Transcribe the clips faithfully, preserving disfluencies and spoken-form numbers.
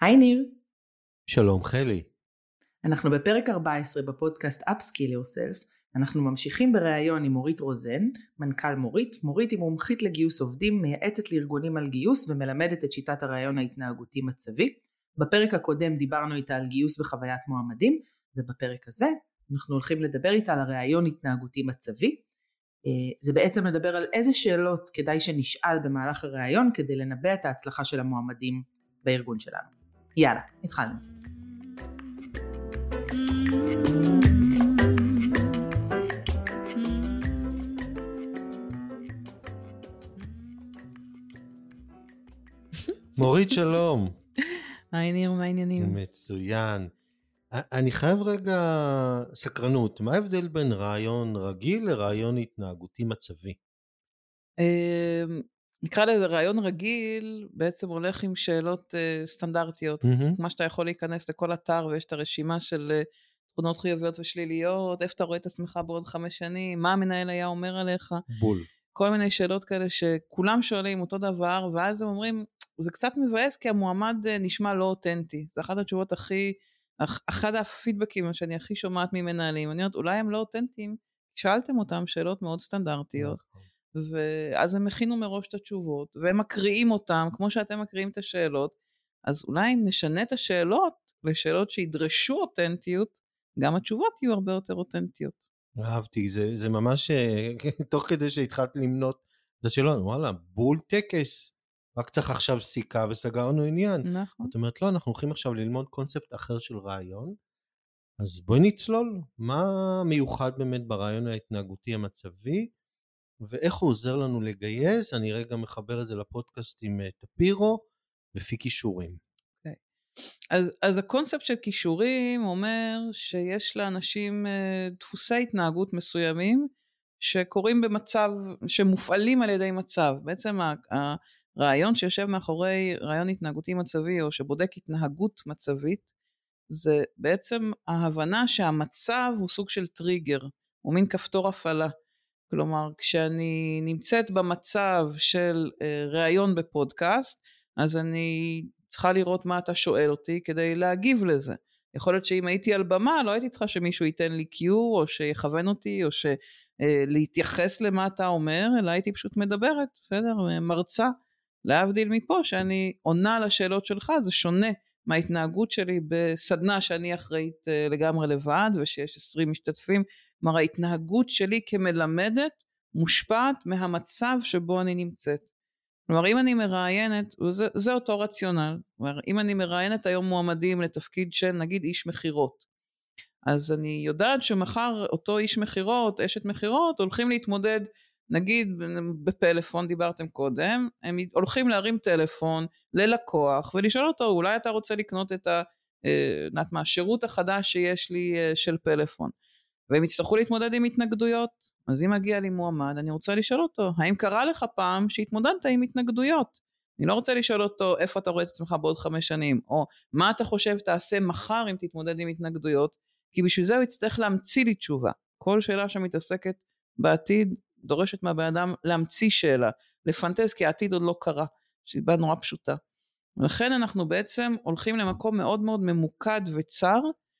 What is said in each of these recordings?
היי ניר. שלום חלי. אנחנו בפרק ארבע עשרה בפודקאסט Upskill Yourself. אנחנו ממשיכים בראיון עם מורית רוזן, מנכ"ל מורית. מורית היא מומחית לגיוס עובדים, מייעצת לארגונים על גיוס ומלמדת את שיטת הראיון ההתנהגותי מצבי. בפרק הקודם דיברנו איתה על גיוס וחוויית מועמדים, ובפרק הזה אנחנו הולכים לדבר איתה על הראיון התנהגותי מצבי. זה בעצם לדבר על איזה שאלות כדאי שנשאל במהלך הראיון כדי לנבא את ההצלחה של המועמדים בארגון שלנו. יאללה, התחלנו. מורית שלום. היי ניר, מה העניינים? מצוין. אני חייב רגע סקרנות, מה ההבדל בין רעיון רגיל לרעיון התנהגותי מצבי? נקרא לזה רעיון רגיל, בעצם הולך עם שאלות סטנדרטיות, כמו שאתה יכול להיכנס לכל אתר ויש את הרשימה של תכונות חיוביות ושליליות, איפה אתה רואה את עצמך בעוד חמש שנים, מה המנהל היה אומר עליך, בול. כל מיני שאלות כאלה שכולם שואלים אותו דבר, ואז הם אומרים, זה קצת מבאס כי המועמד נשמע לא אותנטי, זה אחת התשובות הכי, אחד הפידבקים שאני הכי שומעת ממנהלים, אני אומרת, אולי הם לא אותנטיים, שאלתם אותם שאלות מאוד סטנדרטיות, ואז הם הכינו מראש את התשובות, והם מקריאים אותם, כמו שאתם מקריאים את השאלות, אז אולי אם נשנה את השאלות, לשאלות שידרשו אותנטיות, גם התשובות יהיו הרבה יותר אותנטיות. אהבתי, זה, זה ממש, תוך כדי שהתחלתי למנות את השאלות, וואלה, בול טקס, רק צריך עכשיו סיכה וסגרנו עניין. נכון. זאת אומרת, לא, אנחנו הולכים עכשיו ללמוד קונספט אחר של רעיון, אז בואי נצלול, מה מיוחד באמת ברעיון ההתנהגותי המצבי, ואיך הוא עוזר לנו לגייס. אני רגע מחבר את זה לפודקאסט עם טפירו, לפי כישורים. Okay. אז, אז הקונספט של כישורים אומר שיש לאנשים דפוסי התנהגות מסוימים, שקורים במצב, שמופעלים על ידי מצב. בעצם הרעיון שיושב מאחורי רעיון התנהגותי מצבי, או שבודק התנהגות מצבית, זה בעצם ההבנה שהמצב הוא סוג של טריגר, הוא מין כפתור הפעלה. כלומר, כשאני נמצאת במצב של ראיון בפודקאסט, אז אני צריכה לראות מה אתה שואל אותי כדי להגיב לזה. יכול להיות שאם הייתי על במה, לא הייתי צריכה שמישהו ייתן לי קיו, או שיכוון אותי, או להתייחס למה אתה אומר, אלא הייתי פשוט מדברת, בסדר? מרצה. להבדיל מפה שאני עונה לשאלות שלך, זה שונה מההתנהגות שלי בסדנה שאני אחראית לגמרי לבד, ושיש עשרים משתתפים. כלומר, ההתנהגות שלי כמלמדת מושפעת מהמצב שבו אני נמצאת. כלומר, אם אני מראיינת, זה, זה אותו רציונל. כלומר, אם אני מראיינת היום מועמדים לתפקיד של נגיד איש מחירות, אז אני יודעת שמחר אותו איש מחירות, אשת מחירות, הולכים להתמודד, נגיד בפלאפון דיברתם קודם, הם הולכים להרים טלפון ללקוח ולשאול אותו, אולי אתה רוצה לקנות את ה, נעת מה, השירות החדש שיש לי של פלאפון, והם יצטרכו להתמודד עם התנגדויות. אז אם מגיע לי מועמד, אני רוצה לשאול אותו, האם קרה לך פעם שהתמודדת עם התנגדויות? אני לא רוצה לשאול אותו, איפה אתה רואה את עצמך בעוד חמש שנים, או מה אתה חושב תעשה מחר אם תתמודד עם התנגדויות, כי בשביל זה הוא יצטרך להמציא לי תשובה. כל שאלה שמתעסקת בעתיד, דורשת מהבן אדם להמציא שאלה, לפנטז, כי העתיד עוד לא קרה, שהיא נורא פשוטה. ולכן אנחנו בעצם הולכים למקום מאוד מאוד ממוקד וצר,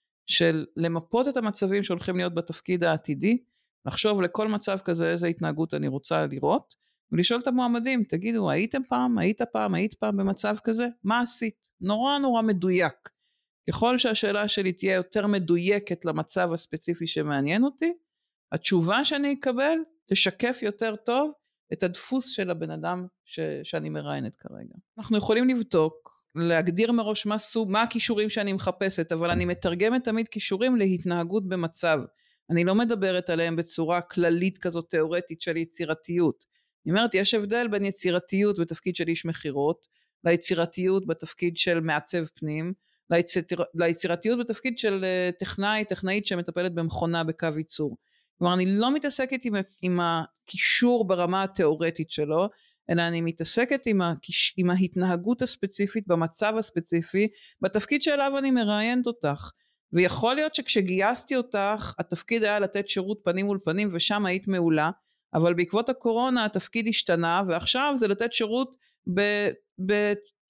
של למפות את המצבים שהולכים להיות בתפקיד העתידי, לחשוב לכל מצב כזה איזה התנהגות אני רוצה לראות, ולשאול את המועמדים, תגידו, הייתם פעם, היית פעם, היית פעם במצב כזה? מה עשית? נורא נורא מדויק. ככל שהשאלה שלי תהיה יותר מדויקת למצב הספציפי שמעניין אותי, התשובה שאני אקבל תשקף יותר טוב את הדפוס של הבן אדם ש- שאני מראיינת כרגע. אנחנו יכולים לבדוק, להגדיר מראש מה סוג, מה הכישורים שאני מחפשת, אבל אני מתרגמת תמיד כישורים להתנהגות במצב. אני לא מדברת עליהם בצורה כללית כזאת תיאורטית של יצירתיות. אני אומרת, יש הבדל בין יצירתיות בתפקיד של איש מחירות, ליצירתיות בתפקיד של מעצב פנים, ליציר, ליצירתיות בתפקיד של טכנאי, טכנאית שמטפלת במכונה בקו ייצור. כלומר, אני לא מתעסקת עם, עם הקישור ברמה התיאורטית שלו, אלא אני מתעסקת עם, הקיש, עם ההתנהגות הספציפית, במצב הספציפי, בתפקיד שאליו אני מראיינת אותך. ויכול להיות שכשגייסתי אותך, התפקיד היה לתת שירות פנים מול פנים, ושם היית מעולה, אבל בעקבות הקורונה התפקיד השתנה, ועכשיו זה לתת שירות ב... ב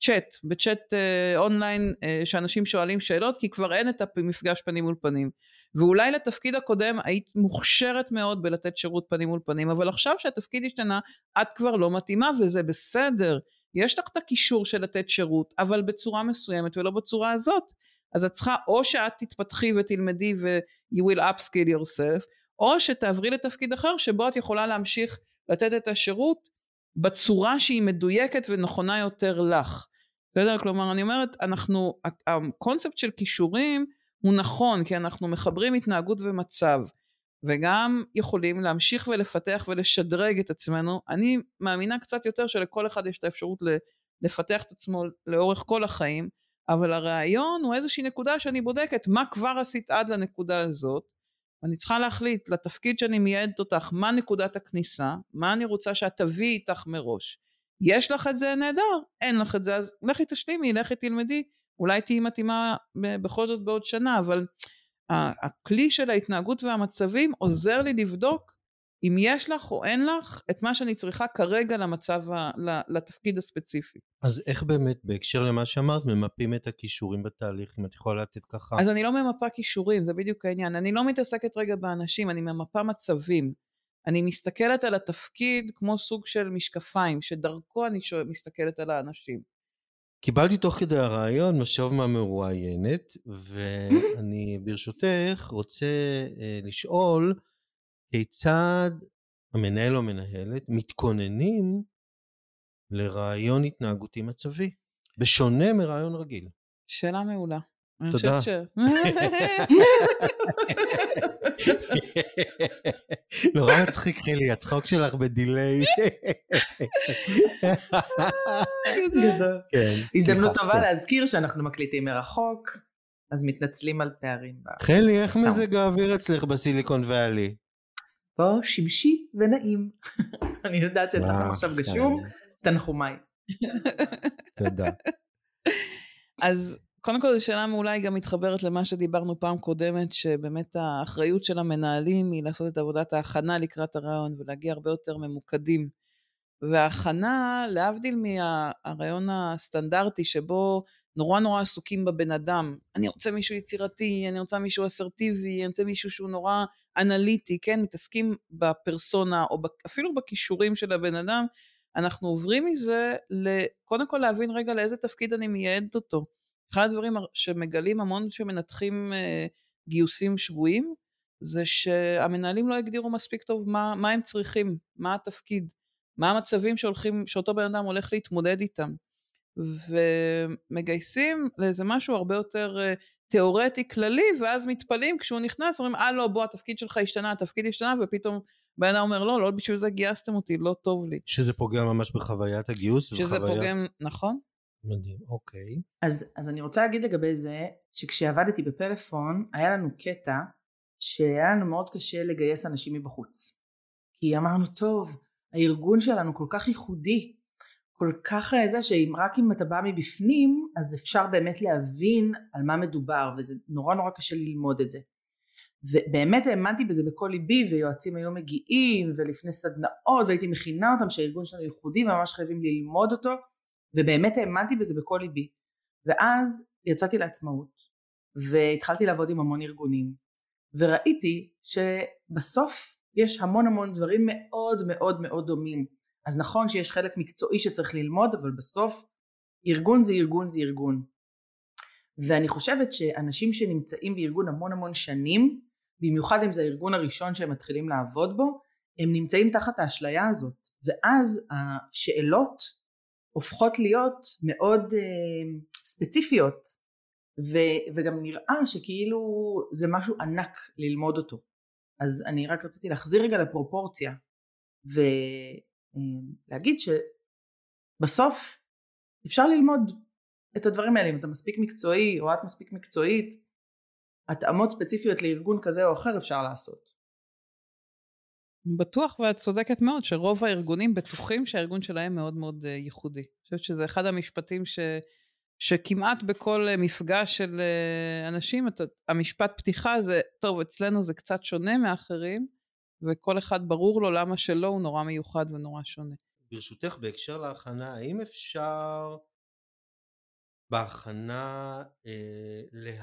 צ'אט, בצ'אט אה, אונליין, אה, שאנשים שואלים שאלות, כי כבר אין את המפגש פנים מול פנים. ואולי לתפקיד הקודם היית מוכשרת מאוד בלתת שירות פנים מול פנים, אבל עכשיו שהתפקיד השתנה, את כבר לא מתאימה, וזה בסדר. יש לך את הקישור של לתת שירות, אבל בצורה מסוימת ולא בצורה הזאת. אז את צריכה, או שאת תתפתחי ותלמדי ו- you will upskill yourself, או שתעברי לתפקיד אחר, שבו את יכולה להמשיך לתת את השירות, בצורה שהיא מדויקת ונכונה יותר לך. בסדר? כלומר, אני אומרת, אנחנו, הקונספט של כישורים הוא נכון, כי אנחנו מחברים התנהגות ומצב, וגם יכולים להמשיך ולפתח ולשדרג את עצמנו. אני מאמינה קצת יותר שלכל אחד יש את האפשרות לפתח את עצמו לאורך כל החיים, אבל הרעיון הוא איזושהי נקודה שאני בודקת, מה כבר עשית עד לנקודה הזאת, אני צריכה להחליט לתפקיד שאני מייעדת אותך, מה נקודת הכניסה, מה אני רוצה שאת תביאי איתך מראש. יש לך את זה נהדר, אין לך את זה, אז לכי תשלימי, לכי תלמדי, אולי תהיי מתאימה בכל זאת בעוד שנה, אבל הכלי של ההתנהגות והמצבים עוזר לי לבדוק אם יש לך או אין לך את מה שאני צריכה כרגע למצב, לתפקיד הספציפי. אז איך באמת, בהקשר למה שאמרת, ממפים את הכישורים בתהליך, אם את יכולה לתת ככה? אז אני לא ממפה כישורים, זה בדיוק העניין. אני לא מתעסקת רגע באנשים, אני ממפה מצבים. אני מסתכלת על התפקיד כמו סוג של משקפיים, שדרכו אני מסתכלת על האנשים. קיבלתי תוך כדי הרעיון משוב מהמרואיינת, ואני ברשותך רוצה לשאול, כיצד המנהל או מנהלת מתכוננים לרעיון התנהגותי מצבי, בשונה מרעיון רגיל? שאלה מעולה. תודה. ש... נורא מצחיק חילי, הצחוק שלך בדיליי. הזדמנות טובה להזכיר שאנחנו מקליטים מרחוק, אז מתנצלים על פערים. חילי, איך מזג האוויר אצלך בסיליקון ואלי? פה שמשי ונעים. אני יודעת שאצלכם עכשיו גשום, תנחומיי. תודה. אז קודם כל, זו שאלה מעולה, היא גם מתחברת למה שדיברנו פעם קודמת, שבאמת האחריות של המנהלים היא לעשות את עבודת ההכנה לקראת הרעיון, ולהגיע הרבה יותר ממוקדים. וההכנה, להבדיל מהרעיון הסטנדרטי, שבו נורא נורא עסוקים בבן אדם, אני רוצה מישהו יצירתי, אני רוצה מישהו אסרטיבי, אני רוצה מישהו שהוא נורא אנליטי, כן, מתעסקים בפרסונה, או אפילו בכישורים של הבן אדם, אנחנו עוברים מזה, קודם כל להבין רגע לאיזה תפקיד אני מייעדת אותו. אחד הדברים שמגלים המון שמנתחים גיוסים שבויים, זה שהמנהלים לא הגדירו מספיק טוב מה, מה הם צריכים, מה התפקיד, מה המצבים שהולכים, שאותו בן אדם הולך להתמודד איתם. ומגייסים לאיזה משהו הרבה יותר תיאורטי כללי, ואז מתפלים כשהוא נכנס, אומרים, אה לא, בוא, התפקיד שלך השתנה, התפקיד השתנה, ופתאום בן אדם אומר, לא, לא בשביל זה גייסתם אותי, לא טוב לי. שזה פוגע ממש בחוויית הגיוס. שזה וחוויית... פוגע, נכון? מדהים, אוקיי. אז, אז אני רוצה להגיד לגבי זה, שכשעבדתי בפלאפון, היה לנו קטע, שהיה לנו מאוד קשה לגייס אנשים מבחוץ. כי אמרנו, טוב, הארגון שלנו כל כך ייחודי, כל כך זה שאם רק אם אתה בא מבפנים, אז אפשר באמת להבין על מה מדובר, וזה נורא נורא קשה ללמוד את זה. ובאמת האמנתי בזה בכל ליבי, ויועצים היו מגיעים, ולפני סדנאות, והייתי מכינה אותם שהארגון שלנו ייחודי, וממש חייבים ללמוד אותו, ובאמת האמנתי בזה בכל ליבי. ואז יצאתי לעצמאות, והתחלתי לעבוד עם המון ארגונים, וראיתי שבסוף יש המון המון דברים מאוד מאוד מאוד דומים. אז נכון שיש חלק מקצועי שצריך ללמוד, אבל בסוף ארגון זה ארגון זה ארגון. ואני חושבת שאנשים שנמצאים בארגון המון המון שנים, במיוחד אם זה הארגון הראשון שהם מתחילים לעבוד בו, הם נמצאים תחת האשליה הזאת. ואז השאלות הופכות להיות מאוד uh, ספציפיות, ו- וגם נראה שכאילו זה משהו ענק ללמוד אותו. אז אני רק רציתי להחזיר רגע לפרופורציה, ולהגיד שבסוף אפשר ללמוד את הדברים האלה, אם אתה מספיק מקצועי או את מספיק מקצועית, התאמות ספציפיות לארגון כזה או אחר אפשר לעשות. בטוח, ואת צודקת מאוד שרוב הארגונים בטוחים שהארגון שלהם מאוד מאוד ייחודי. אני חושבת שזה אחד המשפטים ש... שכמעט בכל מפגש של אנשים, המשפט פתיחה זה, טוב, אצלנו זה קצת שונה מאחרים, וכל אחד ברור לו למה שלא הוא נורא מיוחד ונורא שונה. ברשותך, בהקשר להכנה, האם אפשר בהכנה אה,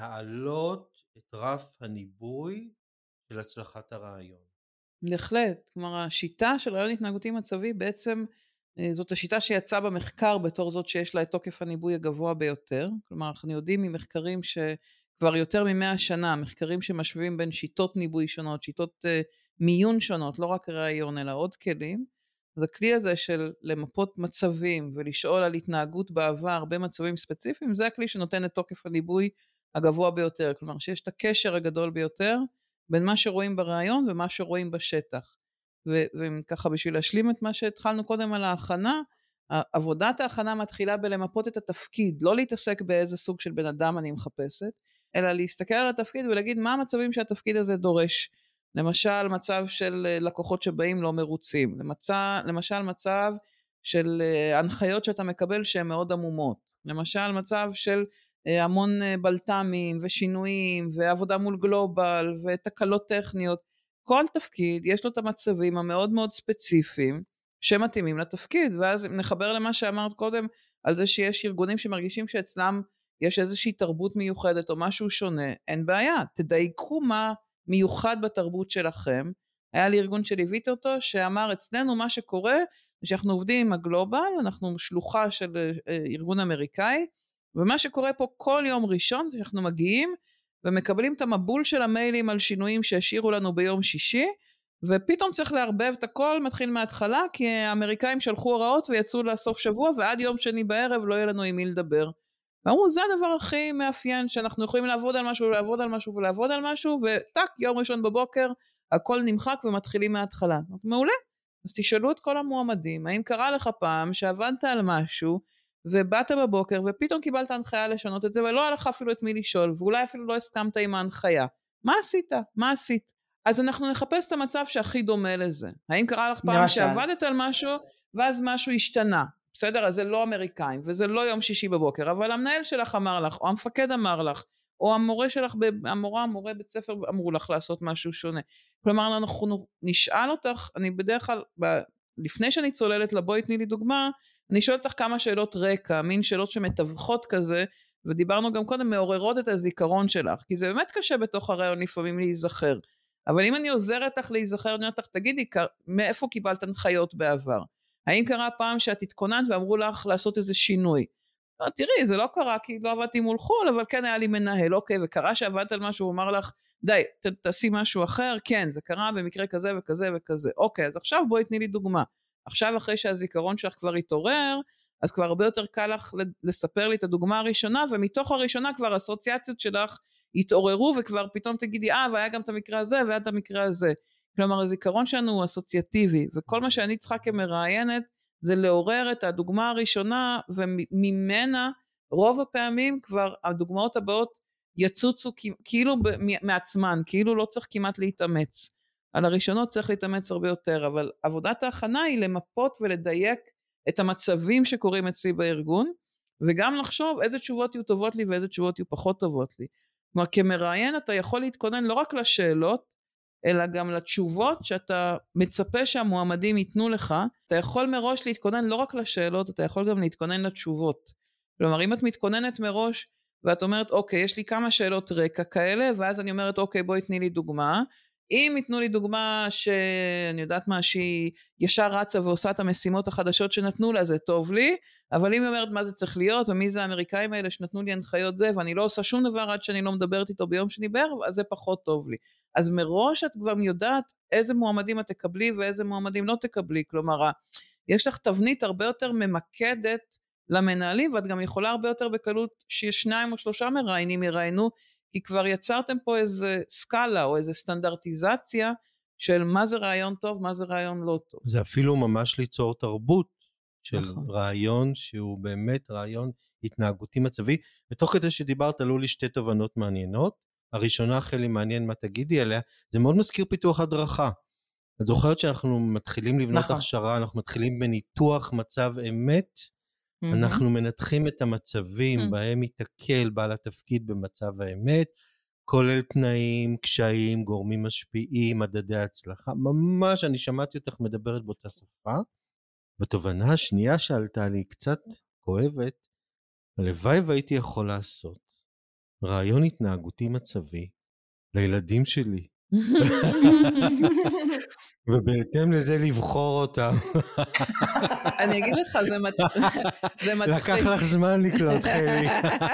להעלות את רף הניבוי של הצלחת הרעיון. בהחלט, כלומר השיטה של רעיון התנהגותי מצבי בעצם אה, זאת השיטה שיצאה במחקר בתור זאת שיש לה את תוקף הניבוי הגבוה ביותר, כלומר אנחנו יודעים ממחקרים שכבר יותר ממאה שנה, מחקרים שמשווים בין שיטות ניבוי שונות, שיטות אה, מיון שונות, לא רק רעיון אלא עוד כלים, אז הכלי הזה של למפות מצבים ולשאול על התנהגות בעבר במצבים ספציפיים, זה הכלי שנותן את תוקף הניבוי הגבוה ביותר, כלומר שיש את הקשר הגדול ביותר, בין מה שרואים ברעיון ומה שרואים בשטח. ו- וככה בשביל להשלים את מה שהתחלנו קודם על ההכנה, עבודת ההכנה מתחילה בלמפות את התפקיד, לא להתעסק באיזה סוג של בן אדם אני מחפשת, אלא להסתכל על התפקיד ולהגיד מה המצבים שהתפקיד הזה דורש. למשל מצב של לקוחות שבאים לא מרוצים, למצב, למשל מצב של הנחיות שאתה מקבל שהן מאוד עמומות, למשל מצב של המון בלטמים ושינויים ועבודה מול גלובל ותקלות טכניות, כל תפקיד יש לו את המצבים המאוד מאוד ספציפיים שמתאימים לתפקיד, ואז נחבר למה שאמרת קודם על זה שיש ארגונים שמרגישים שאצלם יש איזושהי תרבות מיוחדת או משהו שונה, אין בעיה, תדייקו מה מיוחד בתרבות שלכם. היה לי ארגון שליוויתי אותו שאמר אצלנו מה שקורה שאנחנו עובדים עם הגלובל, אנחנו שלוחה של ארגון אמריקאי, ומה שקורה פה כל יום ראשון זה שאנחנו מגיעים ומקבלים את המבול של המיילים על שינויים שהשאירו לנו ביום שישי, ופתאום צריך להרבב את הכל, מתחיל מההתחלה, כי האמריקאים שלחו הוראות ויצאו לסוף שבוע, ועד יום שני בערב לא יהיה לנו עם מי לדבר. ואמרו, זה הדבר הכי מאפיין, שאנחנו יכולים לעבוד על משהו, לעבוד על משהו ולעבוד על משהו, וטק, יום ראשון בבוקר, הכל נמחק ומתחילים מההתחלה. מעולה. אז תשאלו את כל המועמדים, האם קרה לך פעם שעבדת על משהו, ובאת בבוקר, ופתאום קיבלת הנחיה לשנות את זה, ולא היה לך אפילו את מי לשאול, ואולי אפילו לא הסכמת עם ההנחיה. מה עשית? מה עשית? אז אנחנו נחפש את המצב שהכי דומה לזה. האם קרה לך פעם שעבדת על משהו, ואז משהו השתנה? בסדר? אז זה לא אמריקאים, וזה לא יום שישי בבוקר, אבל המנהל שלך אמר לך, או המפקד אמר לך, או המורה שלך, המורה, המורה בית ספר אמרו לך לעשות משהו שונה. כלומר, אנחנו נשאל אותך, אני בדרך כלל, לפני שאני צוללת לבואי תני לי דוגמה, אני שואלת לך כמה שאלות רקע, מין שאלות שמתווכות כזה, ודיברנו גם קודם, מעוררות את הזיכרון שלך, כי זה באמת קשה בתוך הרעיון לפעמים להיזכר. אבל אם אני עוזרת לך להיזכר, אני אומרת לך, תגידי, מאיפה קיבלת הנחיות בעבר? האם קרה פעם שאת התכוננת ואמרו לך לעשות איזה שינוי? לא, תראי, זה לא קרה כי לא עבדתי מול חול, אבל כן היה לי מנהל, אוקיי, וקרה שעבדת על משהו, הוא אמר לך, די, ת, תעשי משהו אחר, כן, זה קרה במקרה כזה וכזה וכזה. אוקיי, אז עכשיו בואי תני לי דוגמה. עכשיו אחרי שהזיכרון שלך כבר התעורר, אז כבר הרבה יותר קל לך לספר לי את הדוגמה הראשונה, ומתוך הראשונה כבר האסוציאציות שלך התעוררו, וכבר פתאום תגידי, אה, והיה גם את המקרה הזה, והיה את המקרה הזה. כלומר, הזיכרון שלנו הוא אסוציאטיבי, וכל מה שאני צריכה כמראיינת, זה לעורר את הדוגמה הראשונה, וממנה רוב הפעמים כבר הדוגמאות הבאות יצוצו כאילו מעצמן, כאילו לא צריך כמעט להתאמץ. על הראשונות צריך להתאמץ הרבה יותר, אבל עבודת ההכנה היא למפות ולדייק את המצבים שקורים אצלי בארגון, וגם לחשוב איזה תשובות יהיו טובות לי ואיזה תשובות יהיו פחות טובות לי. כלומר, כמראיין אתה יכול להתכונן לא רק לשאלות, אלא גם לתשובות שאתה מצפה שהמועמדים ייתנו לך. אתה יכול מראש להתכונן לא רק לשאלות, אתה יכול גם להתכונן לתשובות. כלומר, אם את מתכוננת מראש, ואת אומרת, אוקיי, יש לי כמה שאלות רקע כאלה, ואז אני אומרת, אוקיי, בואי תני לי דוגמה. אם ייתנו לי דוגמה שאני יודעת מה, שהיא ישר רצה ועושה את המשימות החדשות שנתנו לה, זה טוב לי, אבל אם היא אומרת מה זה צריך להיות, ומי זה האמריקאים האלה שנתנו לי הנחיות זה, ואני לא עושה שום דבר עד שאני לא מדברת איתו ביום שני בערב, אז זה פחות טוב לי. אז מראש את כבר יודעת איזה מועמדים את תקבלי, ואיזה מועמדים לא תקבלי, כלומר, יש לך תבנית הרבה יותר ממקדת למנהלים, ואת גם יכולה הרבה יותר בקלות שיש שניים או שלושה מראיינים יראיינו, כי כבר יצרתם פה איזה סקאלה או איזה סטנדרטיזציה של מה זה רעיון טוב, מה זה רעיון לא טוב. זה אפילו ממש ליצור תרבות של נכון. רעיון שהוא באמת רעיון התנהגותי מצבי, ותוך כדי שדיברת עלו לי שתי תובנות מעניינות. הראשונה, חלי, מעניין מה תגידי עליה, זה מאוד מזכיר פיתוח הדרכה. את זוכרת שאנחנו מתחילים לבנות נכון. הכשרה, אנחנו מתחילים בניתוח מצב אמת, Mm-hmm. אנחנו מנתחים את המצבים mm-hmm. בהם יתקל בעל התפקיד במצב האמת, כולל תנאים, קשיים, גורמים משפיעים, מדדי הצלחה. ממש אני שמעתי אותך מדברת באותה שפה. בתובנה השנייה שעלתה לי קצת כואבת, הלוואי והייתי יכול לעשות רעיון התנהגותי מצבי לילדים שלי. ובהתאם לזה לבחור אותם. אני אגיד לך, זה מצחיק. לקח לך זמן לקלוט חלי.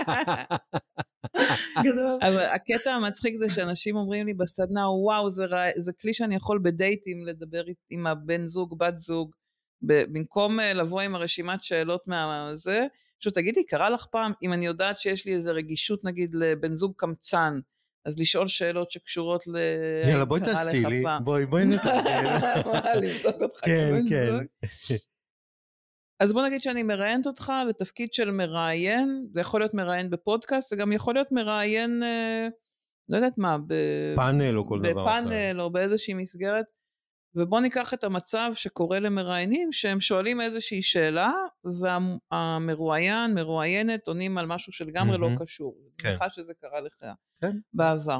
אבל הקטע המצחיק זה שאנשים אומרים לי בסדנה, וואו, זה כלי שאני יכול בדייטים לדבר עם הבן זוג, בת זוג, במקום לבוא עם הרשימת שאלות מהזה, פשוט תגידי, קרה לך פעם, אם אני יודעת שיש לי איזו רגישות, נגיד, לבן זוג קמצן, אז לשאול שאלות שקשורות ל... יאללה, בואי תעשי לי, בואי, בואי נתרגל. כן, כן. אז בוא נגיד שאני מראיינת אותך לתפקיד של מראיין, זה יכול להיות מראיין בפודקאסט, זה גם יכול להיות מראיין, לא יודעת מה, פאנל או כל דבר אחר. בפאנל או באיזושהי מסגרת, ובוא ניקח את המצב שקורה למראיינים, שהם שואלים איזושהי שאלה, והמרואיין, מרואיינת, עונים על משהו שלגמרי לא קשור. אני מניחה שזה קרה לך בעבר.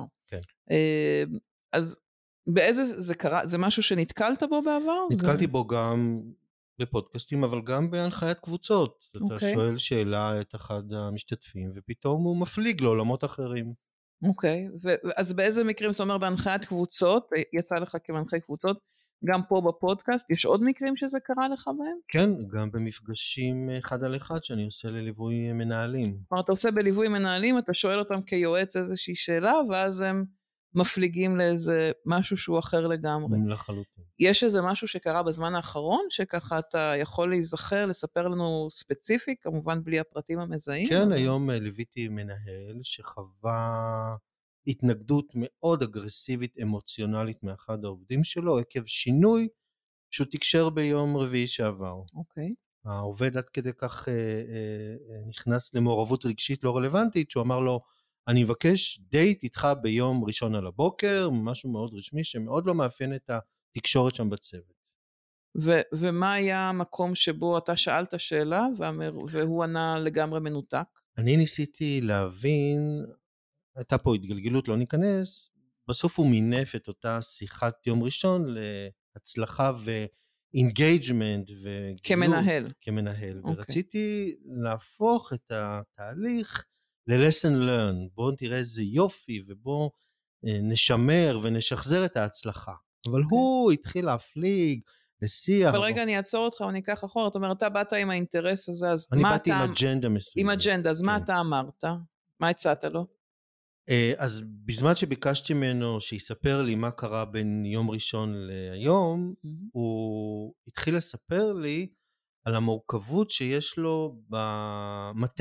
אז באיזה זה קרה, זה משהו שנתקלת בו בעבר? נתקלתי בו גם בפודקאסטים, אבל גם בהנחיית קבוצות. אתה שואל שאלה את אחד המשתתפים, ופתאום הוא מפליג לעולמות אחרים. אוקיי, אז באיזה מקרים, זאת אומרת, בהנחיית קבוצות, יצא לך כמנחי קבוצות, גם פה בפודקאסט, יש עוד מקרים שזה קרה לך בהם? כן, גם במפגשים אחד על אחד שאני עושה לליווי מנהלים. כלומר, אתה עושה בליווי מנהלים, אתה שואל אותם כיועץ איזושהי שאלה, ואז הם מפליגים לאיזה משהו שהוא אחר לגמרי. לחלוטין. יש איזה משהו שקרה בזמן האחרון, שככה אתה יכול להיזכר, לספר לנו ספציפי, כמובן בלי הפרטים המזהים? כן, היום ליוויתי מנהל שחווה התנגדות מאוד אגרסיבית אמוציונלית מאחד העובדים שלו, עקב שינוי שהוא תקשר ביום רביעי שעבר. אוקיי. העובד עד כדי כך אה, אה, נכנס למעורבות רגשית לא רלוונטית, שהוא אמר לו, אני מבקש דייט איתך ביום ראשון על הבוקר, משהו מאוד רשמי שמאוד לא מאפיין את התקשורת שם בצוות. ו- ומה היה המקום שבו אתה שאלת שאלה והוא ענה לגמרי מנותק? אני ניסיתי להבין, הייתה פה התגלגלות, לא ניכנס, בסוף הוא מינף את אותה שיחת יום ראשון להצלחה ואינגייג'מנט וגילוי. כמנהל. כמנהל, okay. ורציתי להפוך את התהליך ל-lesson learn, בואו תראה איזה יופי ובואו נשמר ונשחזר את ההצלחה. אבל okay. הוא התחיל להפליג לשיח. אבל רגע אני אעצור אותך ואני אקח אחורה, זאת אומרת, אתה באת עם האינטרס הזה, אז אני מה באתי אתה... עם אג'נדה מסוימת. עם אג'נדה, אז כן. מה אתה אמרת? מה הצעת לו? אז בזמן שביקשתי ממנו שיספר לי מה קרה בין יום ראשון להיום, mm-hmm. הוא התחיל לספר לי על המורכבות שיש לו במטה.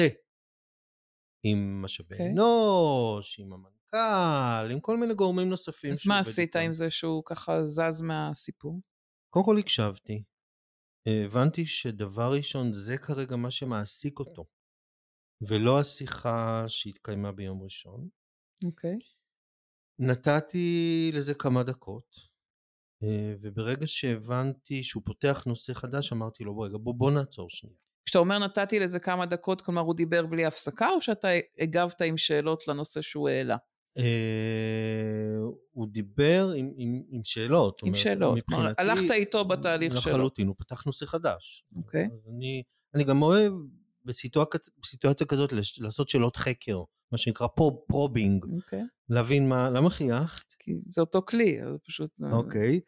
עם משאבי okay. אנוש, עם המנכ"ל, עם כל מיני גורמים נוספים. אז מה עשית עם זה שהוא ככה זז מהסיפור? קודם כל הקשבתי. הבנתי שדבר ראשון זה כרגע מה שמעסיק אותו, ולא השיחה שהתקיימה ביום ראשון. אוקיי. Okay. נתתי לזה כמה דקות, וברגע שהבנתי שהוא פותח נושא חדש, אמרתי לו, בוא, בוא, בוא נעצור שנייה. כשאתה אומר נתתי לזה כמה דקות, כלומר הוא דיבר בלי הפסקה, או שאתה הגבת עם שאלות לנושא שהוא העלה? הוא דיבר עם, עם, עם שאלות. עם שאלות, כלומר, הלכת איתו בתהליך שלו. לחלוטין, הוא פתח נושא חדש. אוקיי. אז אני, אני גם אוהב בסיטואציה כזאת לעשות שאלות חקר, מה שנקרא פרובינג, אוקיי. להבין מה, למה חייכת? כי זה אותו כלי, זה פשוט... אוקיי,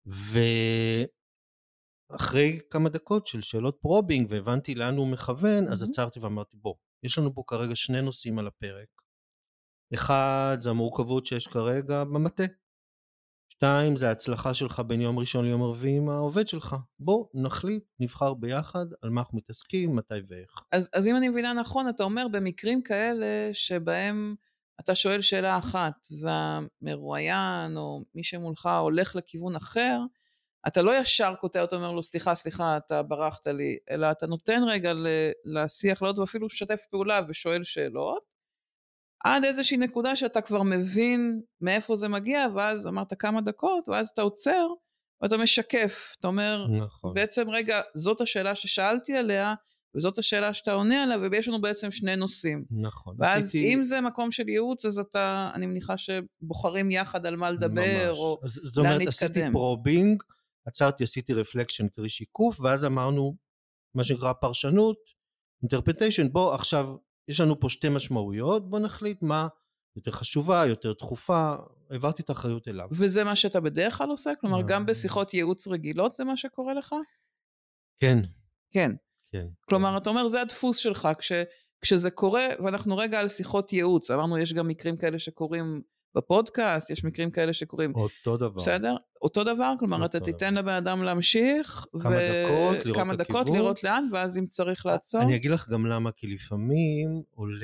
ואחרי כמה דקות של שאלות פרובינג, והבנתי לאן הוא מכוון, אז עצרתי ואמרתי, בוא, יש לנו פה כרגע שני נושאים על הפרק. אחד, זה המורכבות שיש כרגע במטה. שתיים, זה ההצלחה שלך בין יום ראשון ליום רביעי עם העובד שלך. בוא, נחליט, נבחר ביחד, על מה אנחנו מתעסקים, מתי ואיך. אז, אז אם אני מבינה נכון, אתה אומר, במקרים כאלה שבהם אתה שואל שאלה אחת, והמרואיין או מי שמולך הולך לכיוון אחר, אתה לא ישר קוטע אותו, אומר לו, סליחה, סליחה, אתה ברחת לי, אלא אתה נותן רגע לשיח לעוד, ואפילו שתף פעולה ושואל שאלות, עד איזושהי נקודה שאתה כבר מבין מאיפה זה מגיע, ואז אמרת כמה דקות, ואז אתה עוצר, ואתה משקף, אתה אומר, נכון. בעצם רגע, זאת השאלה ששאלתי עליה, וזאת השאלה שאתה עונה עליה, ויש לנו בעצם שני נושאים. נכון. ואז עשיתי... אם זה מקום של ייעוץ, אז אתה, אני מניחה שבוחרים יחד על מה לדבר, ממש. או אז, זאת אומרת, עשיתי פרובינג, עצרתי, עשיתי רפלקשן, קרי שיקוף, ואז אמרנו, מה שנקרא פרשנות, interpretation, בוא עכשיו, יש לנו פה שתי משמעויות, בוא נחליט מה יותר חשובה, יותר דחופה, העברתי את האחריות אליו. וזה מה שאתה בדרך כלל עושה? כלומר, גם בשיחות ייעוץ רגילות זה מה שקורה לך? כן. כן. כן. כלומר, אתה אומר, זה הדפוס שלך, כש, כשזה קורה, ואנחנו רגע על שיחות ייעוץ, אמרנו, יש גם מקרים כאלה שקורים בפודקאסט, יש מקרים כאלה שקורים... אותו דבר. בסדר? אותו דבר, כלומר, אתה תיתן לבן אדם להמשיך, כמה דקות, לראות כמה דקות, לראות לאן, ואז אם צריך לעצור. אני אגיד לך גם למה, כי לפעמים עולה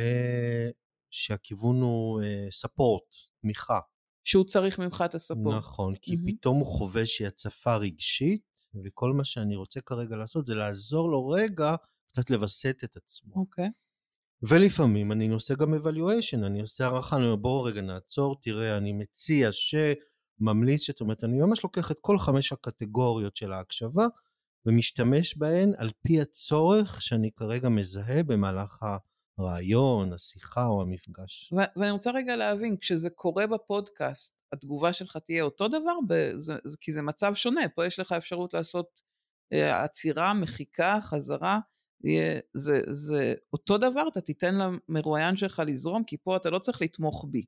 שהכיוון הוא ספורט, תמיכה. שהוא צריך ממך את הספורט. נכון, כי פתאום הוא חווה שהיא הצפה רגשית, וכל מה שאני רוצה כרגע לעשות זה לעזור לו רגע קצת לבסט את עצמו. אוקיי. ולפעמים אני עושה גם evaluation, אני עושה הערכה, אני אומר בוא רגע נעצור, תראה, אני מציע שממליץ, זאת אומרת, אני ממש לוקח את כל חמש הקטגוריות של ההקשבה, ומשתמש בהן על פי הצורך שאני כרגע מזהה במהלך הרעיון, השיחה או המפגש. ו- ואני רוצה רגע להבין, כשזה קורה בפודקאסט, התגובה שלך תהיה אותו דבר? בזה, כי זה מצב שונה, פה יש לך אפשרות לעשות אה, עצירה, מחיקה, חזרה, יהיה, זה, זה אותו דבר, אתה תיתן למרואיין שלך לזרום, כי פה אתה לא צריך לתמוך בי.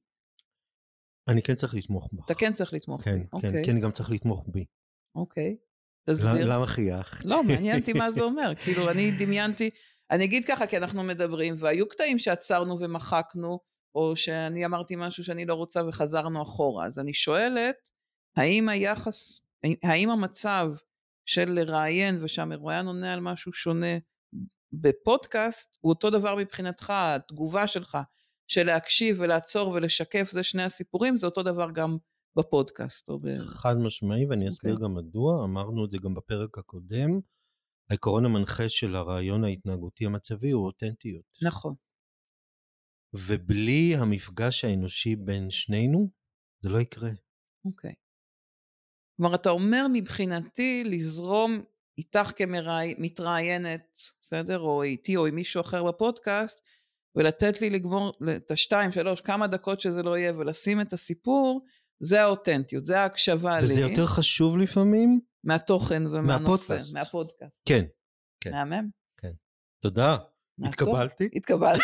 אני כן צריך לתמוך בך. אתה כן צריך לתמוך כן, בי. כן, אוקיי. כן, אני גם צריך לתמוך בי. אוקיי, תסביר. למה חייך? לא, מעניין אותי מה זה אומר. כאילו, אני דמיינתי, אני אגיד ככה, כי אנחנו מדברים, והיו קטעים שעצרנו ומחקנו, או שאני אמרתי משהו שאני לא רוצה וחזרנו אחורה. אז אני שואלת, האם היחס, האם המצב של לראיין ושהמרואיין עונה על משהו שונה בפודקאסט, הוא אותו דבר מבחינתך, התגובה שלך, של להקשיב ולעצור ולשקף, זה שני הסיפורים, זה אותו דבר גם בפודקאסט. או ב... חד משמעי, ואני אסביר okay. גם מדוע, אמרנו את זה גם בפרק הקודם, העיקרון המנחה של הרעיון ההתנהגותי המצבי הוא אותנטיות. נכון. ובלי המפגש האנושי בין שנינו, זה לא יקרה. אוקיי. Okay. כלומר, אתה אומר מבחינתי לזרום איתך כמתראיינת, בסדר? או איתי או עם מישהו אחר בפודקאסט, ולתת לי לגמור את השתיים, שלוש, כמה דקות שזה לא יהיה, ולשים את הסיפור, זה האותנטיות, זה ההקשבה וזה לי. וזה יותר חשוב לפעמים? מהתוכן ומהנושא, מהפודקאסט. מהפודקאסט. כן. כן. מהמם? כן. תודה. התקבלתי? התקבלתי.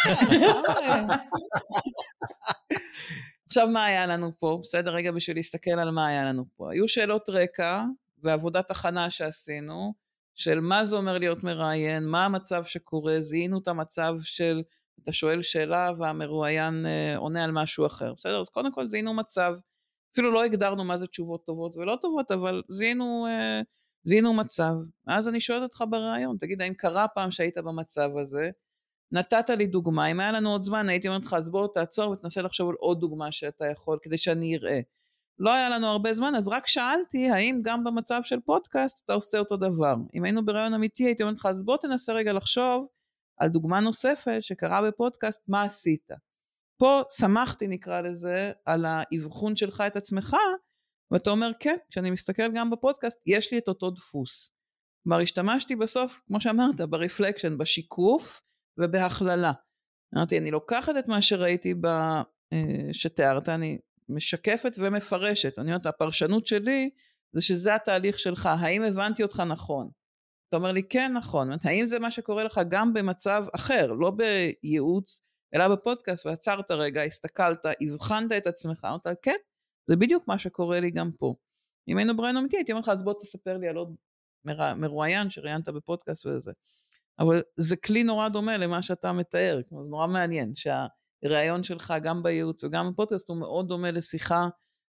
עכשיו מה היה לנו פה? בסדר, רגע בשביל להסתכל על מה היה לנו פה. היו שאלות רקע ועבודת הכנה שעשינו, של מה זה אומר להיות מראיין, מה המצב שקורה, זיהינו את המצב של, אתה שואל שאלה והמרואיין אה, עונה על משהו אחר. בסדר, אז קודם כל זיהינו מצב, אפילו לא הגדרנו מה זה תשובות טובות ולא טובות, אבל זיהינו, אה, זיהינו מצב. אז אני שואלת אותך ברעיון, תגיד, האם קרה פעם שהיית במצב הזה, נתת לי דוגמה, אם היה לנו עוד זמן, הייתי אומרת לך, אז בוא תעצור ותנסה לחשוב על עוד דוגמה שאתה יכול, כדי שאני אראה. לא היה לנו הרבה זמן, אז רק שאלתי, האם גם במצב של פודקאסט, אתה עושה אותו דבר. אם היינו ברעיון אמיתי, הייתי אומרת לך, אז בוא תנסה רגע לחשוב, על דוגמה נוספת שקרה בפודקאסט, מה עשית. פה שמחתי נקרא לזה, על האבחון שלך את עצמך, ואתה אומר, כן, כשאני מסתכל גם בפודקאסט, יש לי את אותו דפוס. כלומר, השתמשתי בסוף, כמו שאמרת, ברפלקשן, בשיקוף, ובהכללה. אמרתי, אני לוקחת את מה שראיתי ב, שתיארת, אני משקפת ומפרשת. אני אומרת, הפרשנות שלי, זה שזה התהליך שלך. האם הבנתי אותך נכון? אתה אומר לי, כן, נכון. אומרת, האם זה מה שקורה לך גם במצב אחר, לא בייעוץ, אלא בפודקאסט, ועצרת רגע, הסתכלת, הבחנת את עצמך. אמרת, כן, זה בדיוק מה שקורה לי גם פה. אם היינו ברעיון אמיתי, הייתי אומרת לך, אז בוא תספר לי על עוד מרואיין שראיינת בפודקאסט וזה. אבל זה כלי נורא דומה למה שאתה מתאר, זה נורא מעניין, שהרעיון שלך גם בייעוץ וגם בפודקאסט הוא מאוד דומה לשיחה,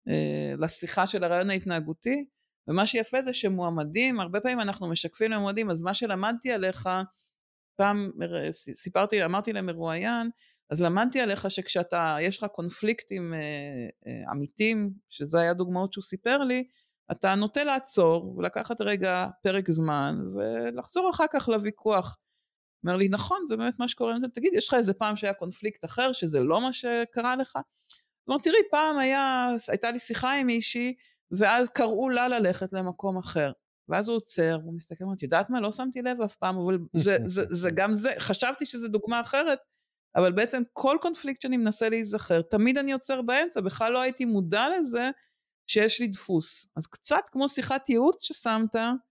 לשיחה של הרעיון ההתנהגותי, ומה שיפה זה שמועמדים, הרבה פעמים אנחנו משקפים למועמדים, אז מה שלמדתי עליך, פעם סיפרתי, אמרתי למרואיין, אז למדתי עליך שכשאתה, יש לך קונפליקטים אמיתיים, שזה היה דוגמאות שהוא סיפר לי, אתה נוטה לעצור ולקחת רגע פרק זמן ולחזור אחר כך לוויכוח. אומר לי, נכון, זה באמת מה שקורה. תגיד, יש לך איזה פעם שהיה קונפליקט אחר, שזה לא מה שקרה לך? אומר, תראי, פעם היה, הייתה לי שיחה עם מישהי, ואז קראו לה ללכת למקום אחר. ואז הוא עוצר, הוא מסתכל, אומרת, יודעת מה, לא שמתי לב אף פעם, אבל זה, זה, זה גם זה, חשבתי שזה דוגמה אחרת, אבל בעצם כל קונפליקט שאני מנסה להיזכר, תמיד אני עוצר באמצע, בכלל לא הייתי מודע לזה, שיש לי דפוס. אז קצת כמו שיחת ייעוץ ששמת,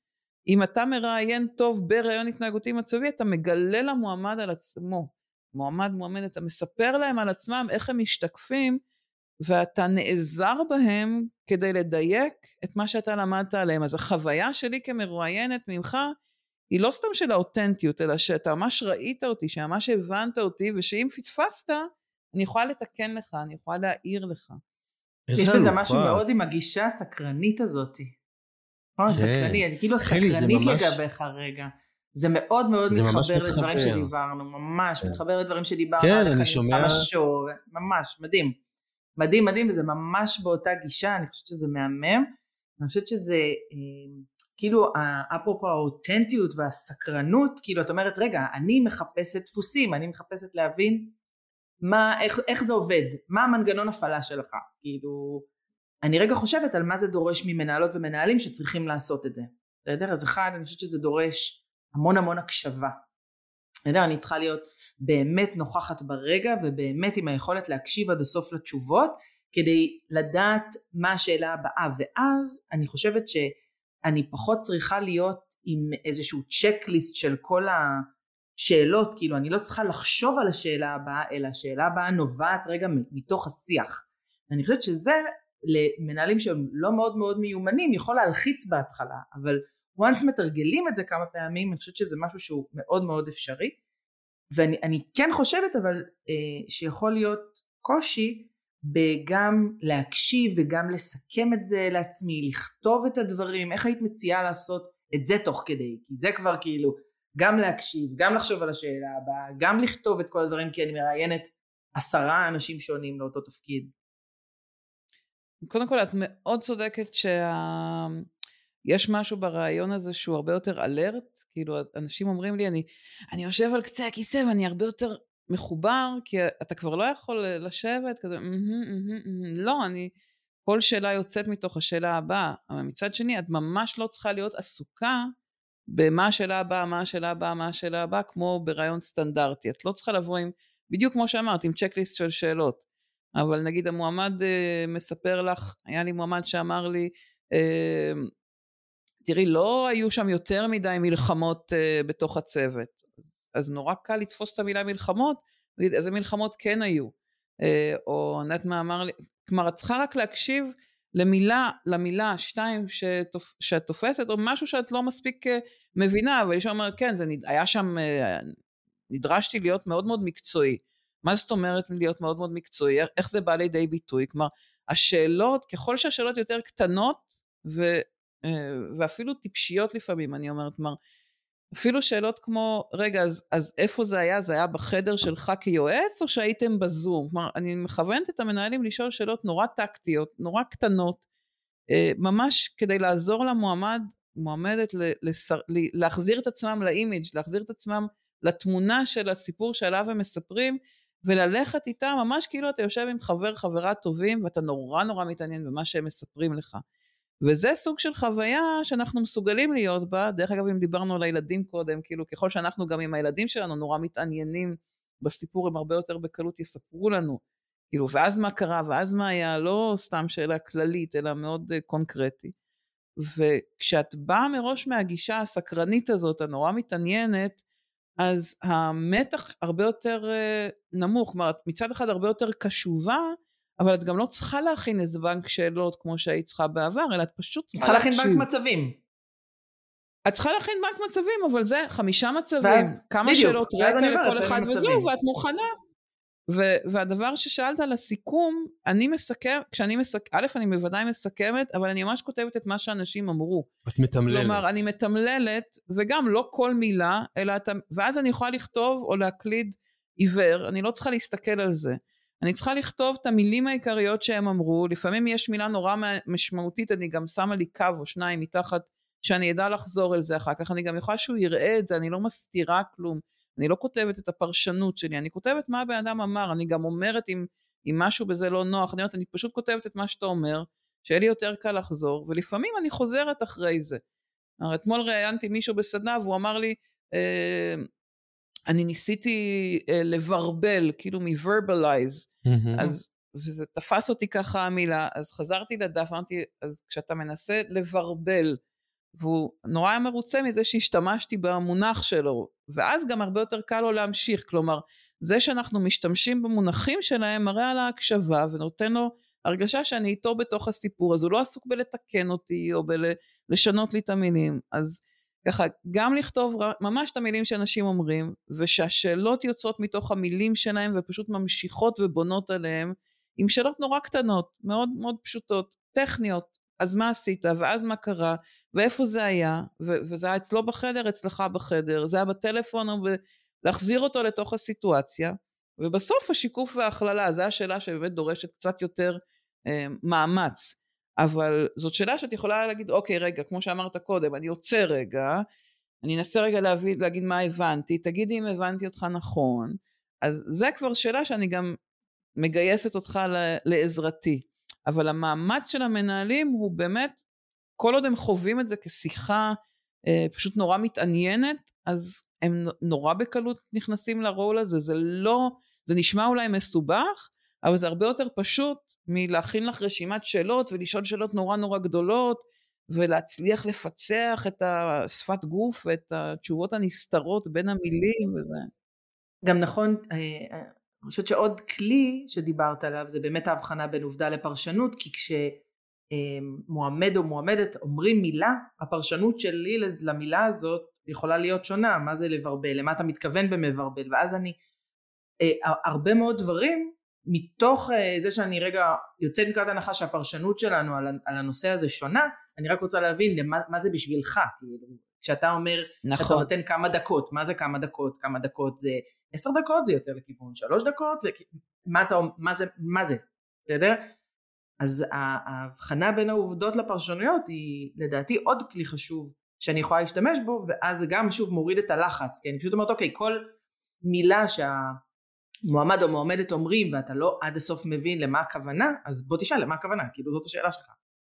אם אתה מראיין טוב ברעיון התנהגותי מצבי, אתה מגלה למועמד על עצמו, מועמד מועמד, אתה מספר להם על עצמם איך הם משתקפים, ואתה נעזר בהם כדי לדייק את מה שאתה למדת עליהם. אז החוויה שלי כמרואיינת ממך, היא לא סתם של האותנטיות, אלא שאתה ממש ראית אותי, שממש הבנת אותי, ושאם פספסת, אני יכולה לתקן לך, אני יכולה להעיר לך. יש בזה משהו מאוד עם הגישה הסקרנית הזאת. נכון, סקרנית, אני כאילו סקרנית לגביך רגע. זה מאוד מאוד מתחבר לדברים שדיברנו, ממש מתחבר לדברים שדיברנו, כן, אני שומע. ממש, מדהים. מדהים, מדהים, וזה ממש באותה גישה, אני חושבת שזה מהמם, אני חושבת שזה, כאילו, אפרופו האותנטיות והסקרנות, כאילו, את אומרת, רגע, אני מחפשת דפוסים, אני מחפשת להבין, מה, איך, איך זה עובד, מה המנגנון הפעלה שלך, כאילו, אני רגע חושבת על מה זה דורש ממנהלות ומנהלים שצריכים לעשות את זה, אתה יודע, אז אחד, אני חושבת שזה דורש המון המון הקשבה, אתה יודע, אני צריכה להיות באמת נוכחת ברגע, ובאמת עם היכולת להקשיב עד הסוף לתשובות, כדי לדעת מה השאלה הבאה, ואז אני חושבת שאני פחות צריכה להיות עם איזשהו צ'קליסט של כל השאלות, כאילו אני לא צריכה לחשוב על השאלה הבאה, אלא השאלה הבאה נובעת רגע מתוך השיח. ואני חושבת שזה למנהלים שהם לא מאוד מאוד מיומנים, יכול להלחיץ בהתחלה, אבל once מתרגלים את זה כמה פעמים, אני חושבת שזה משהו שהוא מאוד מאוד אפשרי, ואני אני כן חושבת אבל אה, שיכול להיות קושי, בגם להקשיב וגם לסכם את זה לעצמי, לכתוב את הדברים, איך היית מציעה לעשות את זה תוך כדי, כי זה כבר כאילו, גם להקשיב, גם לחשוב על השאלה הבאה, גם לכתוב את כל הדברים, כי אני מראיינת עשרה אנשים שונים לאותו תפקיד. קודם כל, את מאוד צודקת שיש משהו ברעיון הזה שהוא הרבה יותר אלרט, כאילו אנשים אומרים לי, אני, אני יושב על קצה הכיסא ואני הרבה יותר מחובר, כי אתה כבר לא יכול לשבת כזה, לא, אני, כל שאלה יוצאת מתוך השאלה הבאה, אבל מצד שני, את ממש לא צריכה להיות עסוקה במה השאלה הבאה, מה השאלה הבאה, מה השאלה הבאה, כמו ברעיון סטנדרטי, את לא צריכה לבוא עם, בדיוק כמו שאמרת, עם צ'קליסט של שאלות, אבל נגיד המועמד אה, מספר לך, היה לי מועמד שאמר לי, אה, תראי, לא היו שם יותר מדי מלחמות אה, בתוך הצוות, אז, אז נורא קל לתפוס את המילה מלחמות, איזה מלחמות כן היו, אה, או נת מה אמר לי, כלומר, את צריכה רק להקשיב למילה, למילה שתיים שתופ, שאת תופסת, או משהו שאת לא מספיק אה, מבינה, אבל יש אומר, כן, זה נד, היה שם, אה, נדרשתי להיות מאוד מאוד מקצועי, מה זאת אומרת להיות מאוד מאוד מקצועי, איך זה בא לידי ביטוי, כלומר, השאלות, ככל שהשאלות יותר קטנות, ו... ואפילו טיפשיות לפעמים, אני אומרת, כלומר, אפילו שאלות כמו, רגע, אז, אז איפה זה היה? זה היה בחדר שלך כיועץ, או שהייתם בזום? כלומר, אני מכוונת את המנהלים לשאול שאלות נורא טקטיות, נורא קטנות, ממש כדי לעזור למועמד, מועמדת לסר, להחזיר את עצמם לאימג', להחזיר את עצמם לתמונה של הסיפור שעליו הם מספרים, וללכת איתה, ממש כאילו אתה יושב עם חבר, חברה טובים, ואתה נורא נורא מתעניין במה שהם מספרים לך. וזה סוג של חוויה שאנחנו מסוגלים להיות בה, דרך אגב אם דיברנו על הילדים קודם, כאילו ככל שאנחנו גם עם הילדים שלנו נורא מתעניינים בסיפור, הם הרבה יותר בקלות יספרו לנו, כאילו ואז מה קרה, ואז מה היה, לא סתם שאלה כללית, אלא מאוד uh, קונקרטי, וכשאת באה מראש מהגישה הסקרנית הזאת, הנורא מתעניינת, אז המתח הרבה יותר uh, נמוך, כלומר מצד אחד הרבה יותר קשובה, אבל את גם לא צריכה להכין איזה בנק שאלות כמו שהיית צריכה בעבר, אלא את פשוט צריכה להכין בנק מצבים. את צריכה להכין בנק מצבים, אבל זה חמישה מצבים, כמה שאלות רקע לכל אחד וזהו, ואת מוכנה. והדבר ששאלת על הסיכום, אני מסכם, כשאני מסכם, א', אני בוודאי מסכמת, אבל אני ממש כותבת את מה שאנשים אמרו. את מתמללת. כלומר, אני מתמללת, וגם לא כל מילה, אלא אתה, ואז אני יכולה לכתוב או להקליד עיוור, אני לא צריכה להסתכל על זה. אני צריכה לכתוב את המילים העיקריות שהם אמרו, לפעמים יש מילה נורא משמעותית, אני גם שמה לי קו או שניים מתחת, שאני ידע לחזור אל זה אחר כך, אני גם יכולה שהוא יראה את זה, אני לא מסתירה כלום, אני לא כותבת את הפרשנות שלי, אני כותבת מה הבן אדם אמר, אני גם אומרת אם, אם משהו בזה לא נוח, אני, אומרת, אני פשוט כותבת את מה שאתה אומר, שיהיה לי יותר קל לחזור, ולפעמים אני חוזרת אחרי זה. אתמול ראיינתי מישהו בסדנה, והוא אמר לי, אה, אני ניסיתי uh, לברבל, כאילו מ-verbalize, mm-hmm. אז, וזה תפס אותי ככה המילה, אז חזרתי לדף, אמרתי, אז כשאתה מנסה לברבל, והוא נורא היה מרוצה מזה שהשתמשתי במונח שלו, ואז גם הרבה יותר קל לו להמשיך, כלומר, זה שאנחנו משתמשים במונחים שלהם, מראה על ההקשבה, ונותן לו הרגשה שאני איתו בתוך הסיפור, אז הוא לא עסוק בלתקן אותי, או בלשנות לי את המילים, אז ככה, גם לכתוב ממש את המילים שאנשים אומרים, ושהשאלות יוצאות מתוך המילים שלהם, ופשוט ממשיכות ובונות עליהם, עם שאלות נורא קטנות, מאוד מאוד פשוטות, טכניות, אז מה עשית, ואז מה קרה, ואיפה זה היה, ו- וזה היה אצלו בחדר, אצלך בחדר, זה היה בטלפון, או ב- להחזיר אותו לתוך הסיטואציה, ובסוף השיקוף וההכללה, זו השאלה שבאמת דורשת קצת יותר אה, מאמץ, אבל זאת שאלה שאת יכולה להגיד, אוקיי רגע, כמו שאמרת קודם, אני יוצא רגע, אני אנסה רגע להביא, להגיד מה הבנתי, תגידי אם הבנתי אותך נכון, אז זה כבר שאלה שאני גם מגייסת אותך לעזרתי, אבל המאמץ של המנהלים הוא באמת, כל עוד הם חווים את זה כשיחה פשוט נורא מתעניינת, אז הם נורא בקלות נכנסים לרול הזה, זה לא, זה נשמע אולי מסובך, אבל זה הרבה יותר פשוט מלהכין לך רשימת שאלות ולשאול שאלות נורא נורא גדולות, ולהצליח לפצח את השפת גוף ואת התשובות הנסתרות בין המילים וזה. גם נכון, אני חושבת שעוד כלי שדיברת עליו זה באמת ההבחנה בין עובדה לפרשנות, כי כשמועמד או מועמדת אומרים מילה, הפרשנות שלי למילה הזאת יכולה להיות שונה, מה זה לברבל, למה אתה מתכוון במברבל, ואז אני, הרבה מאוד דברים, מתוך זה שאני רגע יוצאת נקודת הנחה שהפרשנות שלנו על הנושא הזה שונה, אני רק רוצה להבין למה, מה זה בשבילך, כשאתה אומר, נכון. שאתה נותן כמה דקות, מה זה כמה דקות, כמה דקות זה, עשר דקות זה יותר לכיוון, שלוש דקות, זה, מה, אתה, מה זה, מה זה, בסדר? אז ההבחנה בין העובדות לפרשנויות היא לדעתי עוד כלי חשוב שאני יכולה להשתמש בו, ואז זה גם שוב מוריד את הלחץ, כי אני פשוט אומרת, אוקיי, כל מילה שהמועמד או מועמדת אומרים, ואתה לא עד הסוף מבין למה הכוונה, אז בוא תשאל למה הכוונה, כאילו זאת השאלה שלך.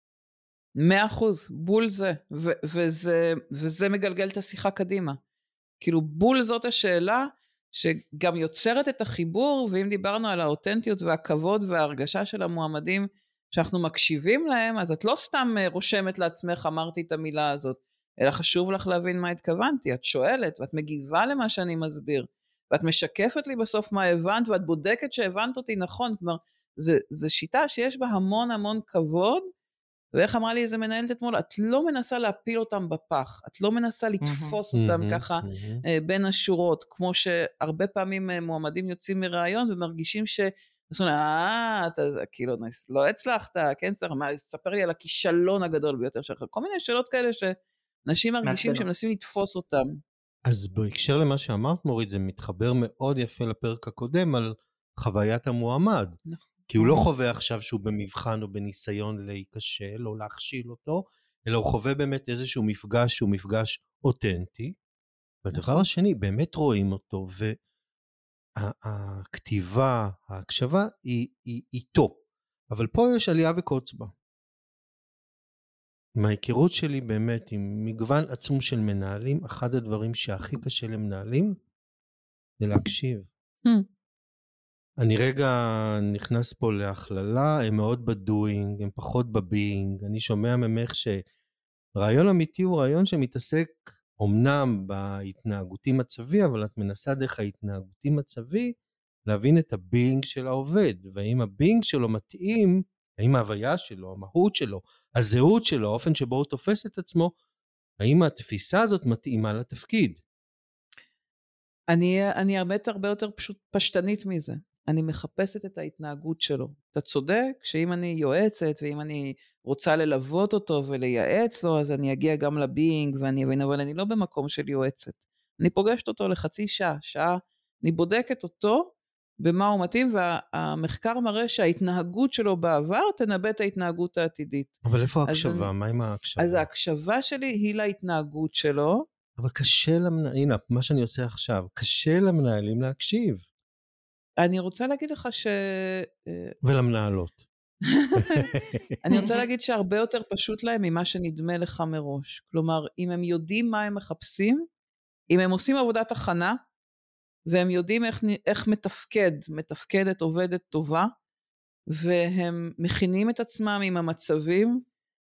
מאה אחוז, בול זה, ו- וזה, וזה מגלגל את השיחה קדימה. כאילו בול זאת השאלה, שגם יוצרת את החיבור, ואם דיברנו על האותנטיות והכבוד וההרגשה של המועמדים, שאנחנו מקשיבים להם, אז את לא סתם רושמת לעצמך, אמרתי את המילה הזאת, אלא חשוב לך להבין מה התכוונתי, את שואלת, ואת מגיבה למה שאני מסביר, ואת משקפת לי בסוף מה הבנת, ואת בודקת שהבנת אותי נכון, כלומר, זה, זה שיטה שיש בה המון המון כבוד, ואיך אמרה לי איזה מנהלת אתמול, את לא מנסה להפיל אותם בפח, את לא מנסה לתפוס אותם ככה בין השורות, כמו שהרבה פעמים מועמדים יוצאים מרעיון ומרגישים ש... אה, אתה כאילו לא הצלחת, כן, ספר לי על הכישלון הגדול ביותר שלך, כל מיני שאלות כאלה שאנשים מרגישים שמנסים לתפוס אותם. אז בהקשר למה שאמרת מורית, זה מתחבר מאוד יפה לפרק הקודם על חוויית המועמד. נכון. כי הוא לא חווה עכשיו שהוא במבחן או בניסיון להיכשל או להכשיל אותו, אלא הוא חווה באמת איזשהו מפגש שהוא מפגש אותנטי, והדבר השני, באמת רואים אותו, והכתיבה, ההקשבה היא, היא איתו, אבל פה יש עלייה וקוץ בה. מההיכרות שלי באמת עם מגוון עצום של מנהלים, אחד הדברים שהכי קשה למנהלים, זה להקשיב. אני רגע נכנס פה להכללה, הם מאוד בדוינג, הם פחות בביינג, אני שומע ממך שרעיון אמיתי הוא רעיון שמתעסק אומנם בהתנהגותי מצבי, אבל את מנסה דרך ההתנהגותי מצבי להבין את הביינג של העובד, והאם הביינג שלו מתאים, האם ההוויה שלו, המהות שלו, הזהות שלו, האופן שבו הוא תופס את עצמו, האם התפיסה הזאת מתאימה לתפקיד. אני, אני הרבה, הרבה יותר פשוט פשטנית מזה. אני מחפשת את ההתנהגות שלו. אתה צודק שאם אני יועצת, ואם אני רוצה ללוות אותו ולייעץ לו, אז אני אגיע גם לביינג, ואני אבין, אבל אני לא במקום של יועצת. אני פוגשת אותו לחצי שעה, שעה, אני בודקת אותו, במה הוא מתאים, והמחקר מראה שההתנהגות שלו בעבר, תנבא את ההתנהגות העתידית. אבל איפה ההקשבה? מה עם ההקשבה? אז ההקשבה שלי היא להתנהגות שלו. אבל קשה למנהלים, הנה, מה שאני עושה עכשיו, קשה למנהלים להקשיב. אני רוצה להגיד לך ש... ולמנהלות. אני רוצה להגיד שהרבה יותר פשוט להם ממה שנדמה לך מראש. כלומר, אם הם יודעים מה הם מחפשים, אם הם עושים עבודת הכנה, והם יודעים איך, איך מתפקד, מתפקדת עובדת טובה, והם מכינים את עצמם עם המצבים,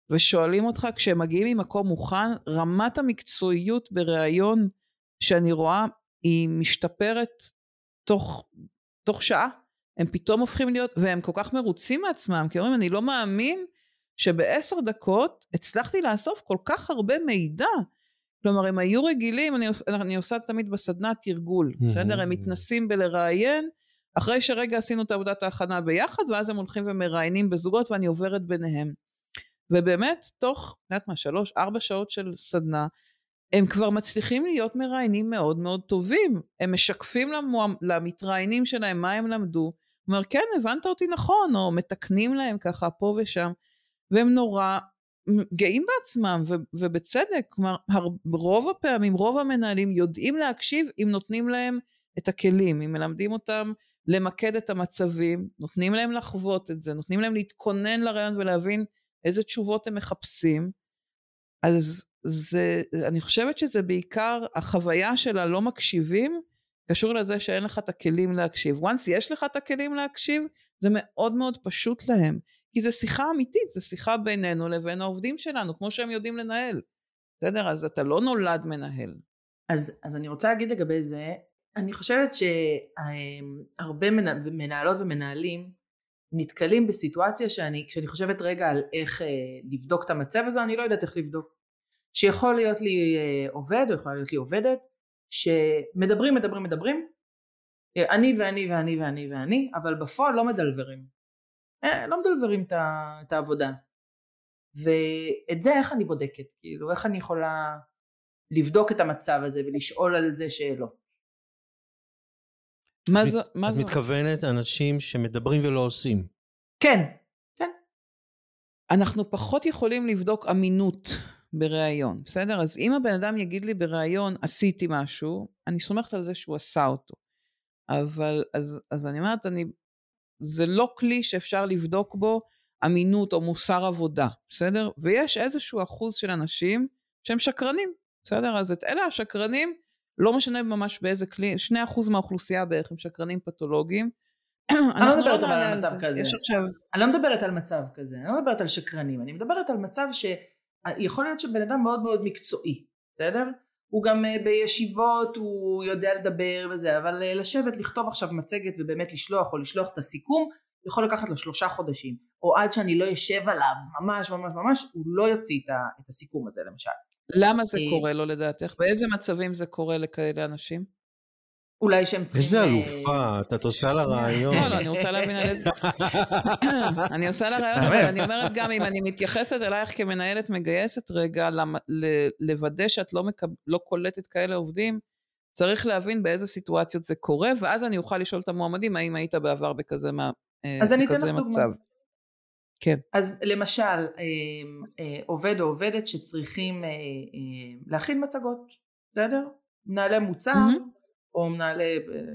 ושואלים אותך, כשהם מגיעים ממקום מוכן, רמת המקצועיות בראיון שאני רואה, היא משתפרת תוך, תוך שעה. הם פתאום הופכים להיות, והם כל כך מרוצים מעצמם, כי אומרים, אני לא מאמין שבעשר דקות הצלחתי לאסוף כל כך הרבה מידע. כלומר, הם היו רגילים, אני, אני עושה תמיד בסדנת תרגול, בסדר? הם מתנסים בלראיין, אחרי שרגע עשינו את עבודת ההכנה ביחד, ואז הם הולכים ומראיינים בזוגות, ואני עוברת ביניהם. ובאמת, תוך, יודעת מה, שלוש, ארבע שעות של סדנה, הם כבר מצליחים להיות מראיינים מאוד מאוד טובים. הם משקפים למוע... למתראיינים שלהם מה הם למדו. אומר, כן, הבנת אותי נכון, או מתקנים להם ככה פה ושם, והם נורא גאים בעצמם, ו... ובצדק, כלומר, הר... רוב הפעמים, רוב המנהלים יודעים להקשיב, אם נותנים להם את הכלים, אם מלמדים אותם למקד את המצבים, נותנים להם לחוות את זה, נותנים להם להתכונן לרעיון ולהבין איזה תשובות הם מחפשים. אז זה, אני חושבת שזה בעיקר החוויה של הלא מקשיבים, קשור לזה שאין לך את הכלים להקשיב. once יש לך את הכלים להקשיב, זה מאוד מאוד פשוט להם, כי זה שיחה אמיתית, זה שיחה בינינו לבין העובדים שלנו, כמו שהם יודעים לנהל. בסדר? אז אתה לא נולד מנהל. אז, אז אני רוצה להגיד לגבי זה, אני חושבת שהרבה מנהלות ומנהלים נתקלים בסיטואציה שאני, כשאני חושבת רגע על איך לבדוק את המצב הזה, אני לא יודעת איך לבדוק. שיכול להיות לי עובד, או יכולה להיות לי עובדת, שמדברים, מדברים, מדברים, אני ואני ואני ואני ואני, אבל בפועל לא מדלברים. לא מדלברים את העבודה. ואת זה איך אני בודקת? כאילו, איך אני יכולה לבדוק את המצב הזה ולשאול על זה שאלות? מה זו? מה זו? את מתכוונת אנשים שמדברים ולא עושים. כן, כן. אנחנו פחות יכולים לבדוק אמינות בראיון, בסדר? אז אם הבן אדם יגיד לי בראיון, עשיתי משהו, אני סומכת על זה שהוא עשה אותו. אבל, אז, אז אני אומרת, אני, זה לא כלי שאפשר לבדוק בו אמינות או מוסר עבודה, בסדר? ויש איזשהו אחוז של אנשים שהם שקרנים, בסדר? אז את אלה השקרנים, לא משנה ממש באיזה כלי, שני אחוז מהאוכלוסייה בערך הם שקרנים פתולוגיים. אני לא מדברת על מצב כזה. אני לא מדברת על מצב כזה, אני לא מדברת על שקרנים, אני מדברת על מצב שיכול להיות שבן אדם מאוד מאוד מקצועי, בסדר? הוא גם בישיבות, הוא יודע לדבר וזה, אבל לשבת, לכתוב עכשיו מצגת ובאמת לשלוח או לשלוח את הסיכום, יכול לקחת לו שלושה חודשים, או עד שאני לא יושב עליו ממש ממש ממש, הוא לא יוציא את הסיכום הזה למשל. למה זה קורה לו לדעתך? באיזה מצבים זה קורה לכאלה אנשים? אולי שהם צריכים... איזה אלופה, אתה עושה לרעיון. לא, לא, אני רוצה להבין על איזה... אני עושה לרעיון, אבל אני אומרת גם, אם אני מתייחסת אלייך כמנהלת מגייסת רגע, לוודא שאת לא קולטת כאלה עובדים, צריך להבין באיזה סיטואציות זה קורה, ואז אני אוכל לשאול את המועמדים, האם היית בעבר בכזה מצב. אז אני אתן לך דוגמה. כן. אז למשל, עובד או עובדת שצריכים להכין מצגות, בסדר? מנהלי מוצר, או מנהלי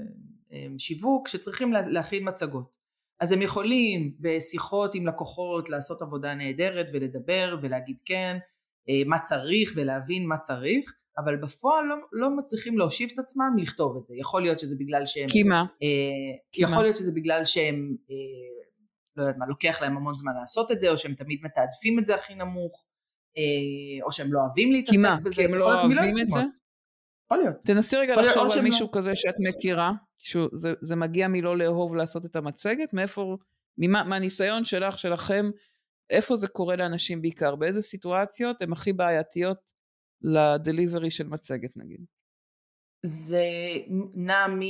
שיווק, שצריכים להכין מצגות. אז הם יכולים בשיחות עם לקוחות לעשות עבודה נהדרת, ולדבר ולהגיד כן, מה צריך ולהבין מה צריך, אבל בפועל לא, לא מצליחים להושיב את עצמם לכתוב את זה. יכול להיות שזה בגלל שהם... כי מה? יכול להיות שזה בגלל שהם... לא יודעת מה, לוקח להם המון זמן לעשות את זה, או שהם תמיד מתעדפים את זה הכי נמוך, או שהם לא אוהבים להתעסק בזה. כי הם לא אוהבים את זה? יכול להיות. תנסי רגע לחשוב על מישהו כזה שאת מכירה, שזה מגיע מלא לאהוב לעשות את המצגת, מאיפה, מהניסיון שלך, שלכם, איפה זה קורה לאנשים בעיקר, באיזה סיטואציות הן הכי בעייתיות לדליברי של מצגת נגיד? זה נע מ...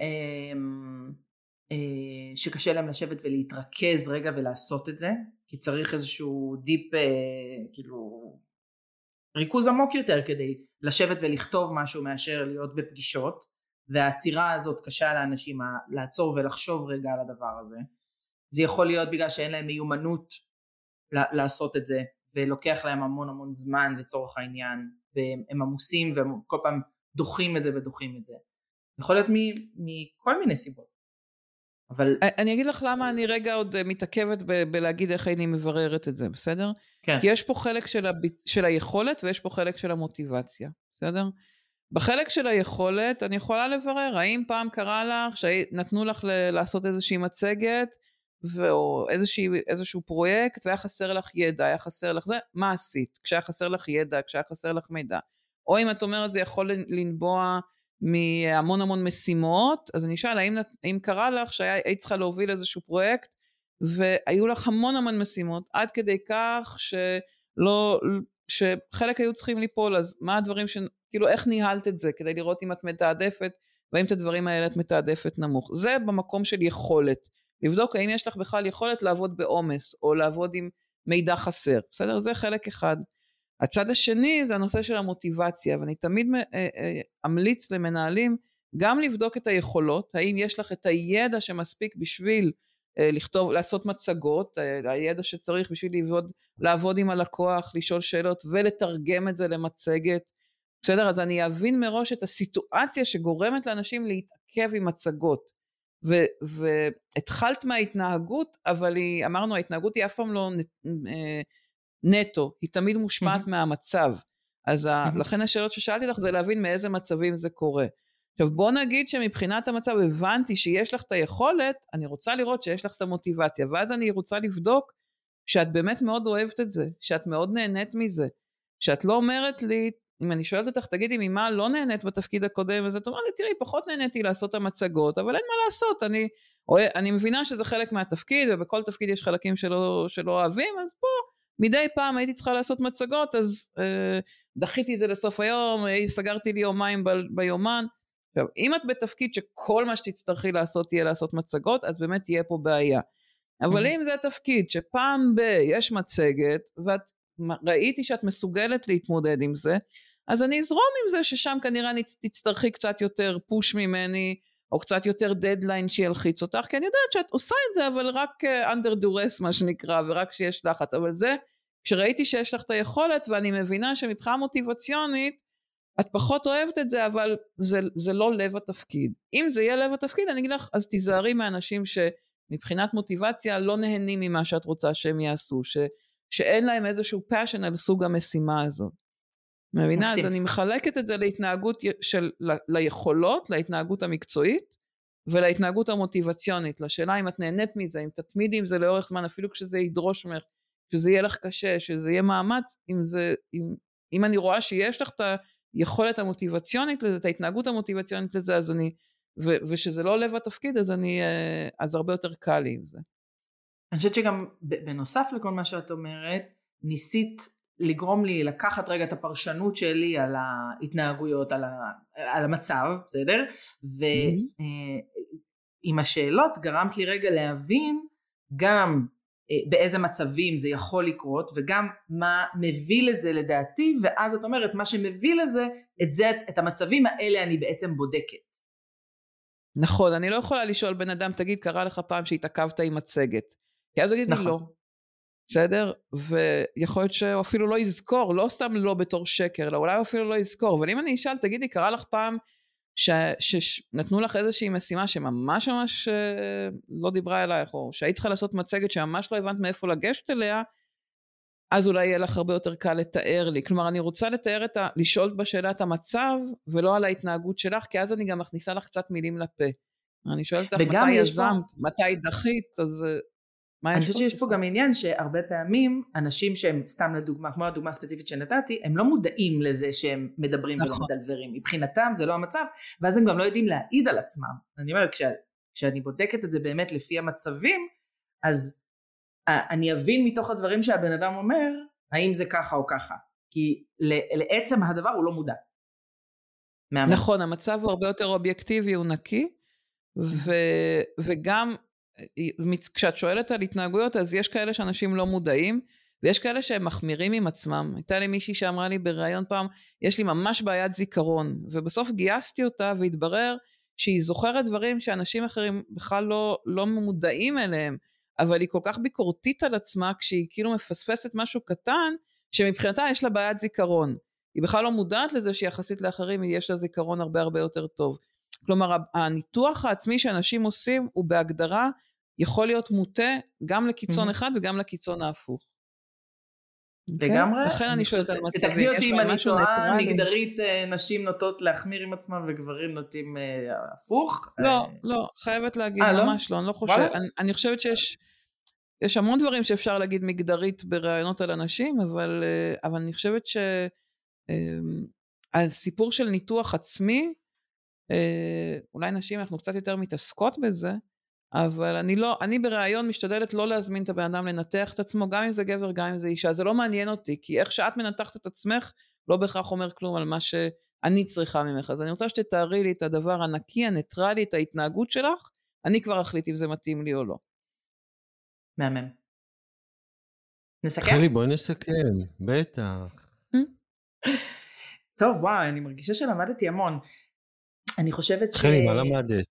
שקשה להם לשבת ולהתרכז רגע ולעשות את זה, כי צריך איזשהו דיפ, כאילו, ריכוז עמוק יותר כדי לשבת ולכתוב משהו מאשר להיות בפגישות, והעצירה הזאת קשה לאנשים לעצור ולחשוב רגע על הדבר הזה. זה יכול להיות בגלל שאין להם מיומנות לעשות את זה, ולוקח להם המון המון זמן לצורך העניין, והם עמוסים והם כל פעם דוחים את זה ודוחים את זה. יכול להיות מכל מיני סיבות. אבל... אני אגיד לך למה אני רגע עוד מתעכבת ב- בלהגיד איך אני מבררת את זה, בסדר? כן. כי יש פה חלק של, הב... של היכולת ויש פה חלק של המוטיבציה, בסדר? בחלק של היכולת אני יכולה לברר, האם פעם קרה לך שנתנו לך ל- לעשות איזושהי מצגת או איזושהי, איזשהו פרויקט, והיה חסר לך ידע, היה חסר לך זה, מה עשית? כשהיה חסר לך ידע, כשהיה חסר לך מידע. או אם את אומרת, זה יכול לנבוע מהמון המון משימות, אז אני שאל, האם, האם קרה לך שהיית צריכה להוביל איזשהו פרויקט, והיו לך המון המון משימות, עד כדי כך שלא, שחלק היו צריכים ליפול, אז מה הדברים ש... כאילו, איך ניהלת את זה, כדי לראות אם את מתעדפת, והאם את הדברים האלה את מתעדפת נמוך. זה במקום של יכולת. לבדוק האם יש לך בכלל יכולת לעבוד בעומס, או לעבוד עם מידע חסר. בסדר? זה חלק אחד. הצד השני זה הנושא של המוטיבציה, ואני תמיד אמליץ למנהלים גם לבדוק את היכולות, האם יש לך את הידע שמספיק בשביל לכתוב, לעשות מצגות, הידע שצריך בשביל לעבוד, לעבוד עם הלקוח, לשאול שאלות ולתרגם את זה למצגת. בסדר? אז אני אבין מראש את הסיטואציה שגורמת לאנשים להתעכב עם מצגות. והתחלת מההתנהגות, אבל היא, אמרנו, ההתנהגות היא אף פעם לא נטו, היא תמיד מושפעת מהמצב. אז לכן השאלות ששאלתי לך זה להבין מאיזה מצבים זה קורה. עכשיו בוא נגיד שמבחינת המצב הבנתי שיש לך את היכולת, אני רוצה לראות שיש לך את המוטיבציה, ואז אני רוצה לבדוק שאת באמת מאוד אוהבת את זה, שאת מאוד נהנית מזה, שאת לא אומרת לי, אם אני שואלת אותך, תגידי ממה לא נהנית בתפקיד הקודם, אז את אומרת לי, תראי, פחות נהניתי לעשות המצגות, אבל אין מה לעשות, אני, אני מבינה שזה חלק מהתפקיד, ובכל תפקיד יש חלקים שלא, שלא אוהבים, אז פה, מדי פעם הייתי צריכה לעשות מצגות, אז אה, דחיתי את זה לסוף היום, סגרתי לי יומיים ב, ביומן, עכשיו, אם את בתפקיד שכל מה שתצטרכי לעשות תהיה לעשות מצגות, אז באמת תהיה פה בעיה. אבל אם זה התפקיד שפעם ב יש מצגת, ואת ראיתי שאת מסוגלת להתמודד עם זה, אז אני אזרום עם זה ששם כנראה תצטרכי קצת יותר פוש ממני, או קצת יותר דדליין שילחיץ אותך, כי אני יודעת שאת עושה את זה, אבל רק under duress מה שנקרא, ורק שיש לחץ. אבל זה, כשראיתי שיש לך את היכולת, ואני מבינה שמבחינה מוטיבציונית, את פחות אוהבת את זה, אבל זה, זה לא לב התפקיד. אם זה יהיה לב התפקיד, אני אגיד לך, אז תיזהרי מאנשים שמבחינת מוטיבציה לא נהנים ממה שאת רוצה שהם יעשו, ש, שאין להם איזשהו passion על סוג המשימה הזאת. מבינה? אז אני מחלקת את זה להתנהגות של, ליכולות, להתנהגות המקצועית, ולהתנהגות המוטיבציונית, לשאלה אם את נהנית מזה, אם תתמידי עם זה לאורך זמן, אפילו כשזה ידרוש ממך, שזה יהיה לך קשה, שזה יהיה מאמץ, אם, זה, אם, אם אני רואה שיש לך את היכולת המוטיבציונית לזה, את ההתנהגות המוטיבציונית לזה, אז אני, ו, ושזה לא לב התפקיד, אז אני, אז הרבה יותר קל לי עם זה. אני חושבת שגם בנוסף לכל מה שאת אומרת, ניסית לגרום לי לקחת רגע את הפרשנות שלי על ההתנהגויות, על, ה, על המצב, בסדר? ועם השאלות גרמת לי רגע להבין גם באיזה מצבים זה יכול לקרות, וגם מה מביא לזה לדעתי, ואז את אומרת, מה שמביא לזה, את זה, את המצבים האלה אני בעצם בודקת. נכון, אני לא יכולה לשאול בן אדם, תגיד, קרה לך פעם שהתעכבת עם מצגת. כי אז אגיד לי לא. בסדר? ויכול להיות שהוא אפילו לא יזכור, לא סתם לא בתור שקר, אלא אולי אפילו לא יזכור. אבל אם אני אשאל, תגידי, קרה לך פעם שנתנו לך איזושהי משימה שממש ממש לא דיברה אלייך, או שהיית צריכה לעשות מצגת שממש לא הבנת מאיפה לגשת אליה, אז אולי יהיה לך הרבה יותר קל לתאר לי. כלומר, אני רוצה לתאר את ה... לשאול בשאלת המצב, ולא על ההתנהגות שלך, כי אז אני גם מכניסה לך קצת מילים לפה. אני שואלת לך מתי יזמת, מתי דחית, אז... אני חושבת שיש פה גם עניין שהרבה פעמים אנשים שהם סתם לדוגמה, כמו הדוגמה הספציפית שנתתי, הם לא מודעים לזה שהם מדברים ולא מדלברים. מבחינתם זה לא המצב, ואז הם גם לא יודעים להעיד על עצמם. אני אומרת, כשאני בודקת את זה באמת לפי המצבים, אז אני אבין מתוך הדברים שהבן אדם אומר, האם זה ככה או ככה. כי לעצם הדבר הוא לא מודע. נכון, המצב הוא הרבה יותר אובייקטיבי, הוא נקי, וגם כשאת שואלת על התנהגויות, אז יש כאלה שאנשים לא מודעים, ויש כאלה שהם מחמירים עם עצמם. הייתה לי מישהי שאמרה לי בראיון פעם, יש לי ממש בעיית זיכרון, ובסוף גייסתי אותה והתברר שהיא זוכרת דברים שאנשים אחרים בכלל לא, לא מודעים אליהם, אבל היא כל כך ביקורתית על עצמה, כשהיא כאילו מפספסת משהו קטן, שמבחינתה יש לה בעיית זיכרון. היא בכלל לא מודעת לזה שיחסית לאחרים יש לה זיכרון הרבה הרבה יותר טוב. כלומר, הניתוח העצמי שאנשים עושים, הוא בהגדרה יכול להיות מוטה גם לקיצון אחד וגם לקיצון ההפוך. לגמרי. לכן אני שואלת על מצבים. תתקני אותי אם אני טועה, מגדרית נשים נוטות להחמיר עם עצמם וגברים נוטים הפוך. לא, לא, חייבת להגיד ממש לא, אני לא חושבת, אני חושבת שיש יש המון דברים שאפשר להגיד מגדרית ברעיונות על אנשים, אבל, אבל אני חושבת שהסיפור של ניתוח עצמי, אולי נשים אנחנו קצת יותר מתעסקות בזה, אבל אני לא, אני ברעיון משתדלת לא להזמין את הבן אדם לנתח את עצמו, גם אם זה גבר, גם אם זה אישה, זה לא מעניין אותי, כי איך שאת מנתחת את עצמך, לא בהכרח אומר כלום על מה שאני צריכה ממך, אז אני רוצה שתתארי לי את הדבר הנקי, הניטרלי, את ההתנהגות שלך, אני כבר אחליט אם זה מתאים לי או לא. מהמם. נסכם? חלי, בואי נסכם, בטח. טוב, וואו, אני מרגישה שלמדתי המון. אני חושבת ש... חלי, מה למדת?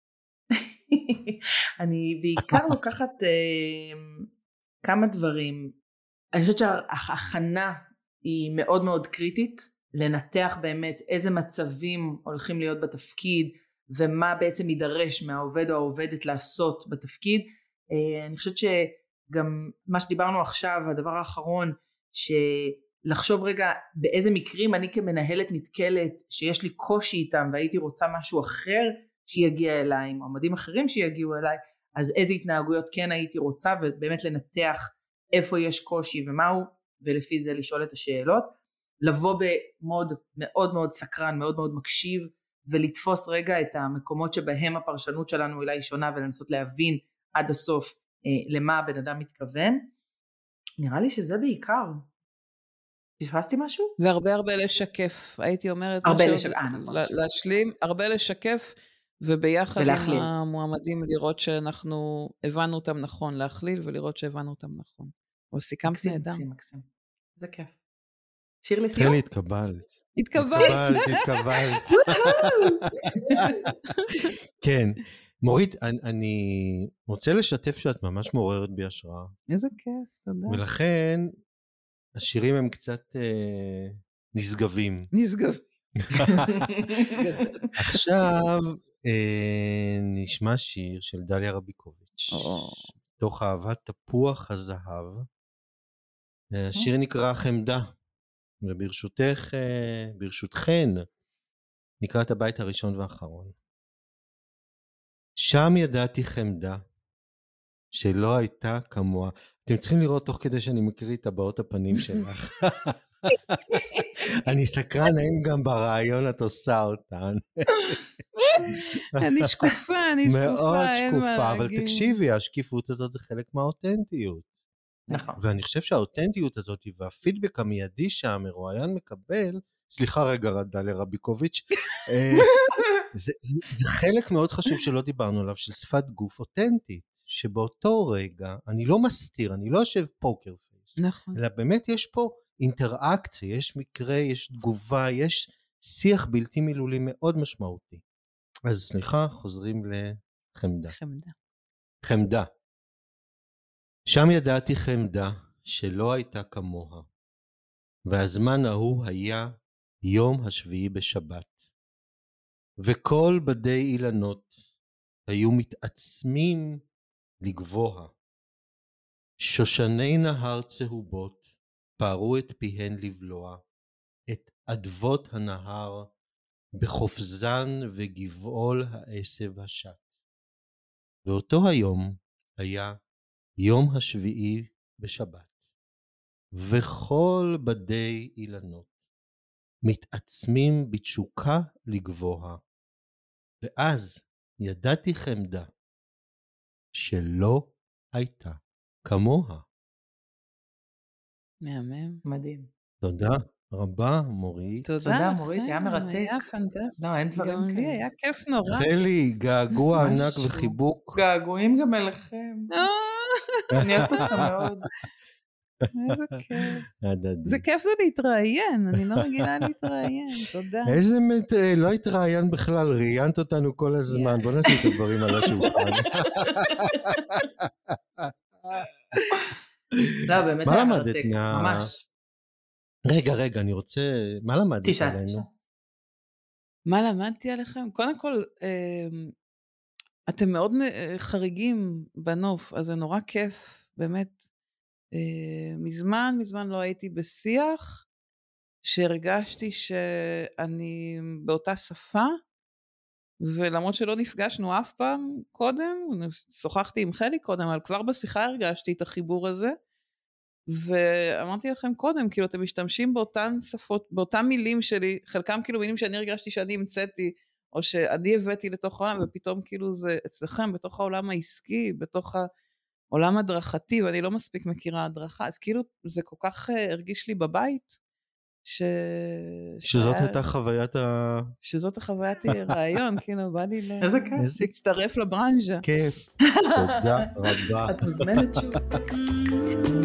אני בעיקר לוקחת uh, כמה דברים. אני חושבת שההכנה היא מאוד מאוד קריטית, לנתח באמת איזה מצבים הולכים להיות בתפקיד, ומה בעצם יידרש מהעובד או העובדת לעשות בתפקיד. Uh, אני חושבת שגם מה שדיברנו עכשיו, הדבר האחרון, שלחשוב רגע באיזה מקרים אני כמנהלת נתקלת, שיש לי קושי איתם והייתי רוצה משהו אחר, שיגיע אליי, מועמדים אחרים שיגיעו אליי, אז איזה התנהגויות כן הייתי רוצה, ובאמת לנתח איפה יש קושי ומהו, ולפי זה לשאול את השאלות, לבוא במוד מאוד מאוד סקרן, מאוד מאוד מקשיב, ולתפוס רגע את המקומות שבהם הפרשנות שלנו אולי שונה, ולנסות להבין עד הסוף אה, למה הבן אדם מתכוון. נראה לי שזה בעיקר. פספסתי משהו? והרבה הרבה לשקף, הייתי אומרת, הרבה משהו, לשקף, אה, נכון. להשלים, הרבה לשקף, וביחד ולהכליל. עם המועמדים לראות שאנחנו הבנו אותם נכון, להכליל ולראות שהבנו אותם נכון. או סיכמת נהדר. מקסים, מקסים. זה כיף. שיר לסיום? חלי, התקבלת. התקבלת. התקבלת, התקבלת. כן. מורית, אני, אני רוצה לשתף שאת ממש מעוררת בי השראה. איזה כיף, תודה. ולכן השירים הם קצת אה, נשגבים. נשגבים. עכשיו אה, נשמע שיר של דליה רביקוביץ', Oh. תוך אהבת תפוח הזהב. השיר נקרא חמדה, וברשותך, אה, ברשותכן, נקרא את הבית הראשון והאחרון. שם ידעתי חמדה, שלא הייתה כמוה. אתם צריכים לראות תוך כדי שאני מקריא את הבעות הפנים שלך. אני סקרן, האם גם ברעיון את עושה אותן. אני שקופה, אני שקופה. מאוד שקופה, אבל תקשיבי, השקיפות הזאת זה חלק מהאותנטיות. נכון. ואני חושב שהאותנטיות הזאת והפידבק המיידי שהמרואיין מקבל, סליחה רגע דליה רביקוביץ', זה, זה, זה חלק מאוד חשוב שלא דיברנו עליו, של שפת גוף אותנטית, שבאותו רגע, אני לא מסתיר, אני לא יושב פוקר פייס, נכון. אלא באמת יש פה אינטראקציה, יש מקרה, יש תגובה, יש שיח בלתי מילולי מאוד משמעותי. אז סליחה, חוזרים לחמדה. חמדה. חמדה. שם ידעתי חמדה שלא הייתה כמוה, והזמן ההוא היה יום השביעי בשבת. וכל בדי אילנות היו מתעצמים לגבוה. שושני נהר צהובות פערו את פיהן לבלוע, את אדוות הנהר בחופזן וגבעול העשב השט. ואותו היום היה יום השביעי בשבת, וכל בדי אילנות מתעצמים בתשוקה לגבוה, ואז ידעתי חמדה שלא הייתה כמוה. מהמם. מדהים. תודה רבה מורית. תודה, תודה מורית, היה לכם, מרתק. היה פנטסטי. לא, אין דברים גם לי כאלה. היה כיף נורא. חלי, געגוע ענק משהו. וחיבוק. געגועים גם אליכם. אני אוהבת אותך מאוד. איזה כיף. הדדי. זה כיף זה להתראיין, אני לא רגילה להתראיין, תודה. איזה מת... לא התראיין בכלל, ראיינת אותנו כל הזמן. בוא נשים את הדברים על השולחן. לא, באמת מה היה למדת מרתק, מה- ממש. רגע, רגע, אני רוצה... מה למדת תשאל, עלינו? תשאל. מה למדתי עליכם? קודם כל, אה, אתם מאוד אה, חריגים בנוף, אז זה נורא כיף, באמת. אה, מזמן, מזמן לא הייתי בשיח, שהרגשתי שאני באותה שפה, ולמרות שלא נפגשנו אף פעם קודם, שוחחתי עם חלי קודם, אבל כבר בשיחה הרגשתי את החיבור הזה, ואמרתי לכם קודם, כאילו אתם משתמשים באותן שפות, באותן מילים שלי, חלקם כאילו מילים שאני הרגשתי שאני המצאתי, או שאני הבאתי לתוך העולם, ופתאום כאילו זה אצלכם, בתוך העולם העסקי, בתוך העולם הדרכתי, ואני לא מספיק מכירה הדרכה, אז כאילו זה כל כך הרגיש לי בבית, ש... שזאת שהיה... הייתה חוויית ה... שזאת החוויית רעיון, כאילו בא לי איזה כיף. להצטרף לברנז'ה. כיף. תודה רבה. את מוזמנת שוב.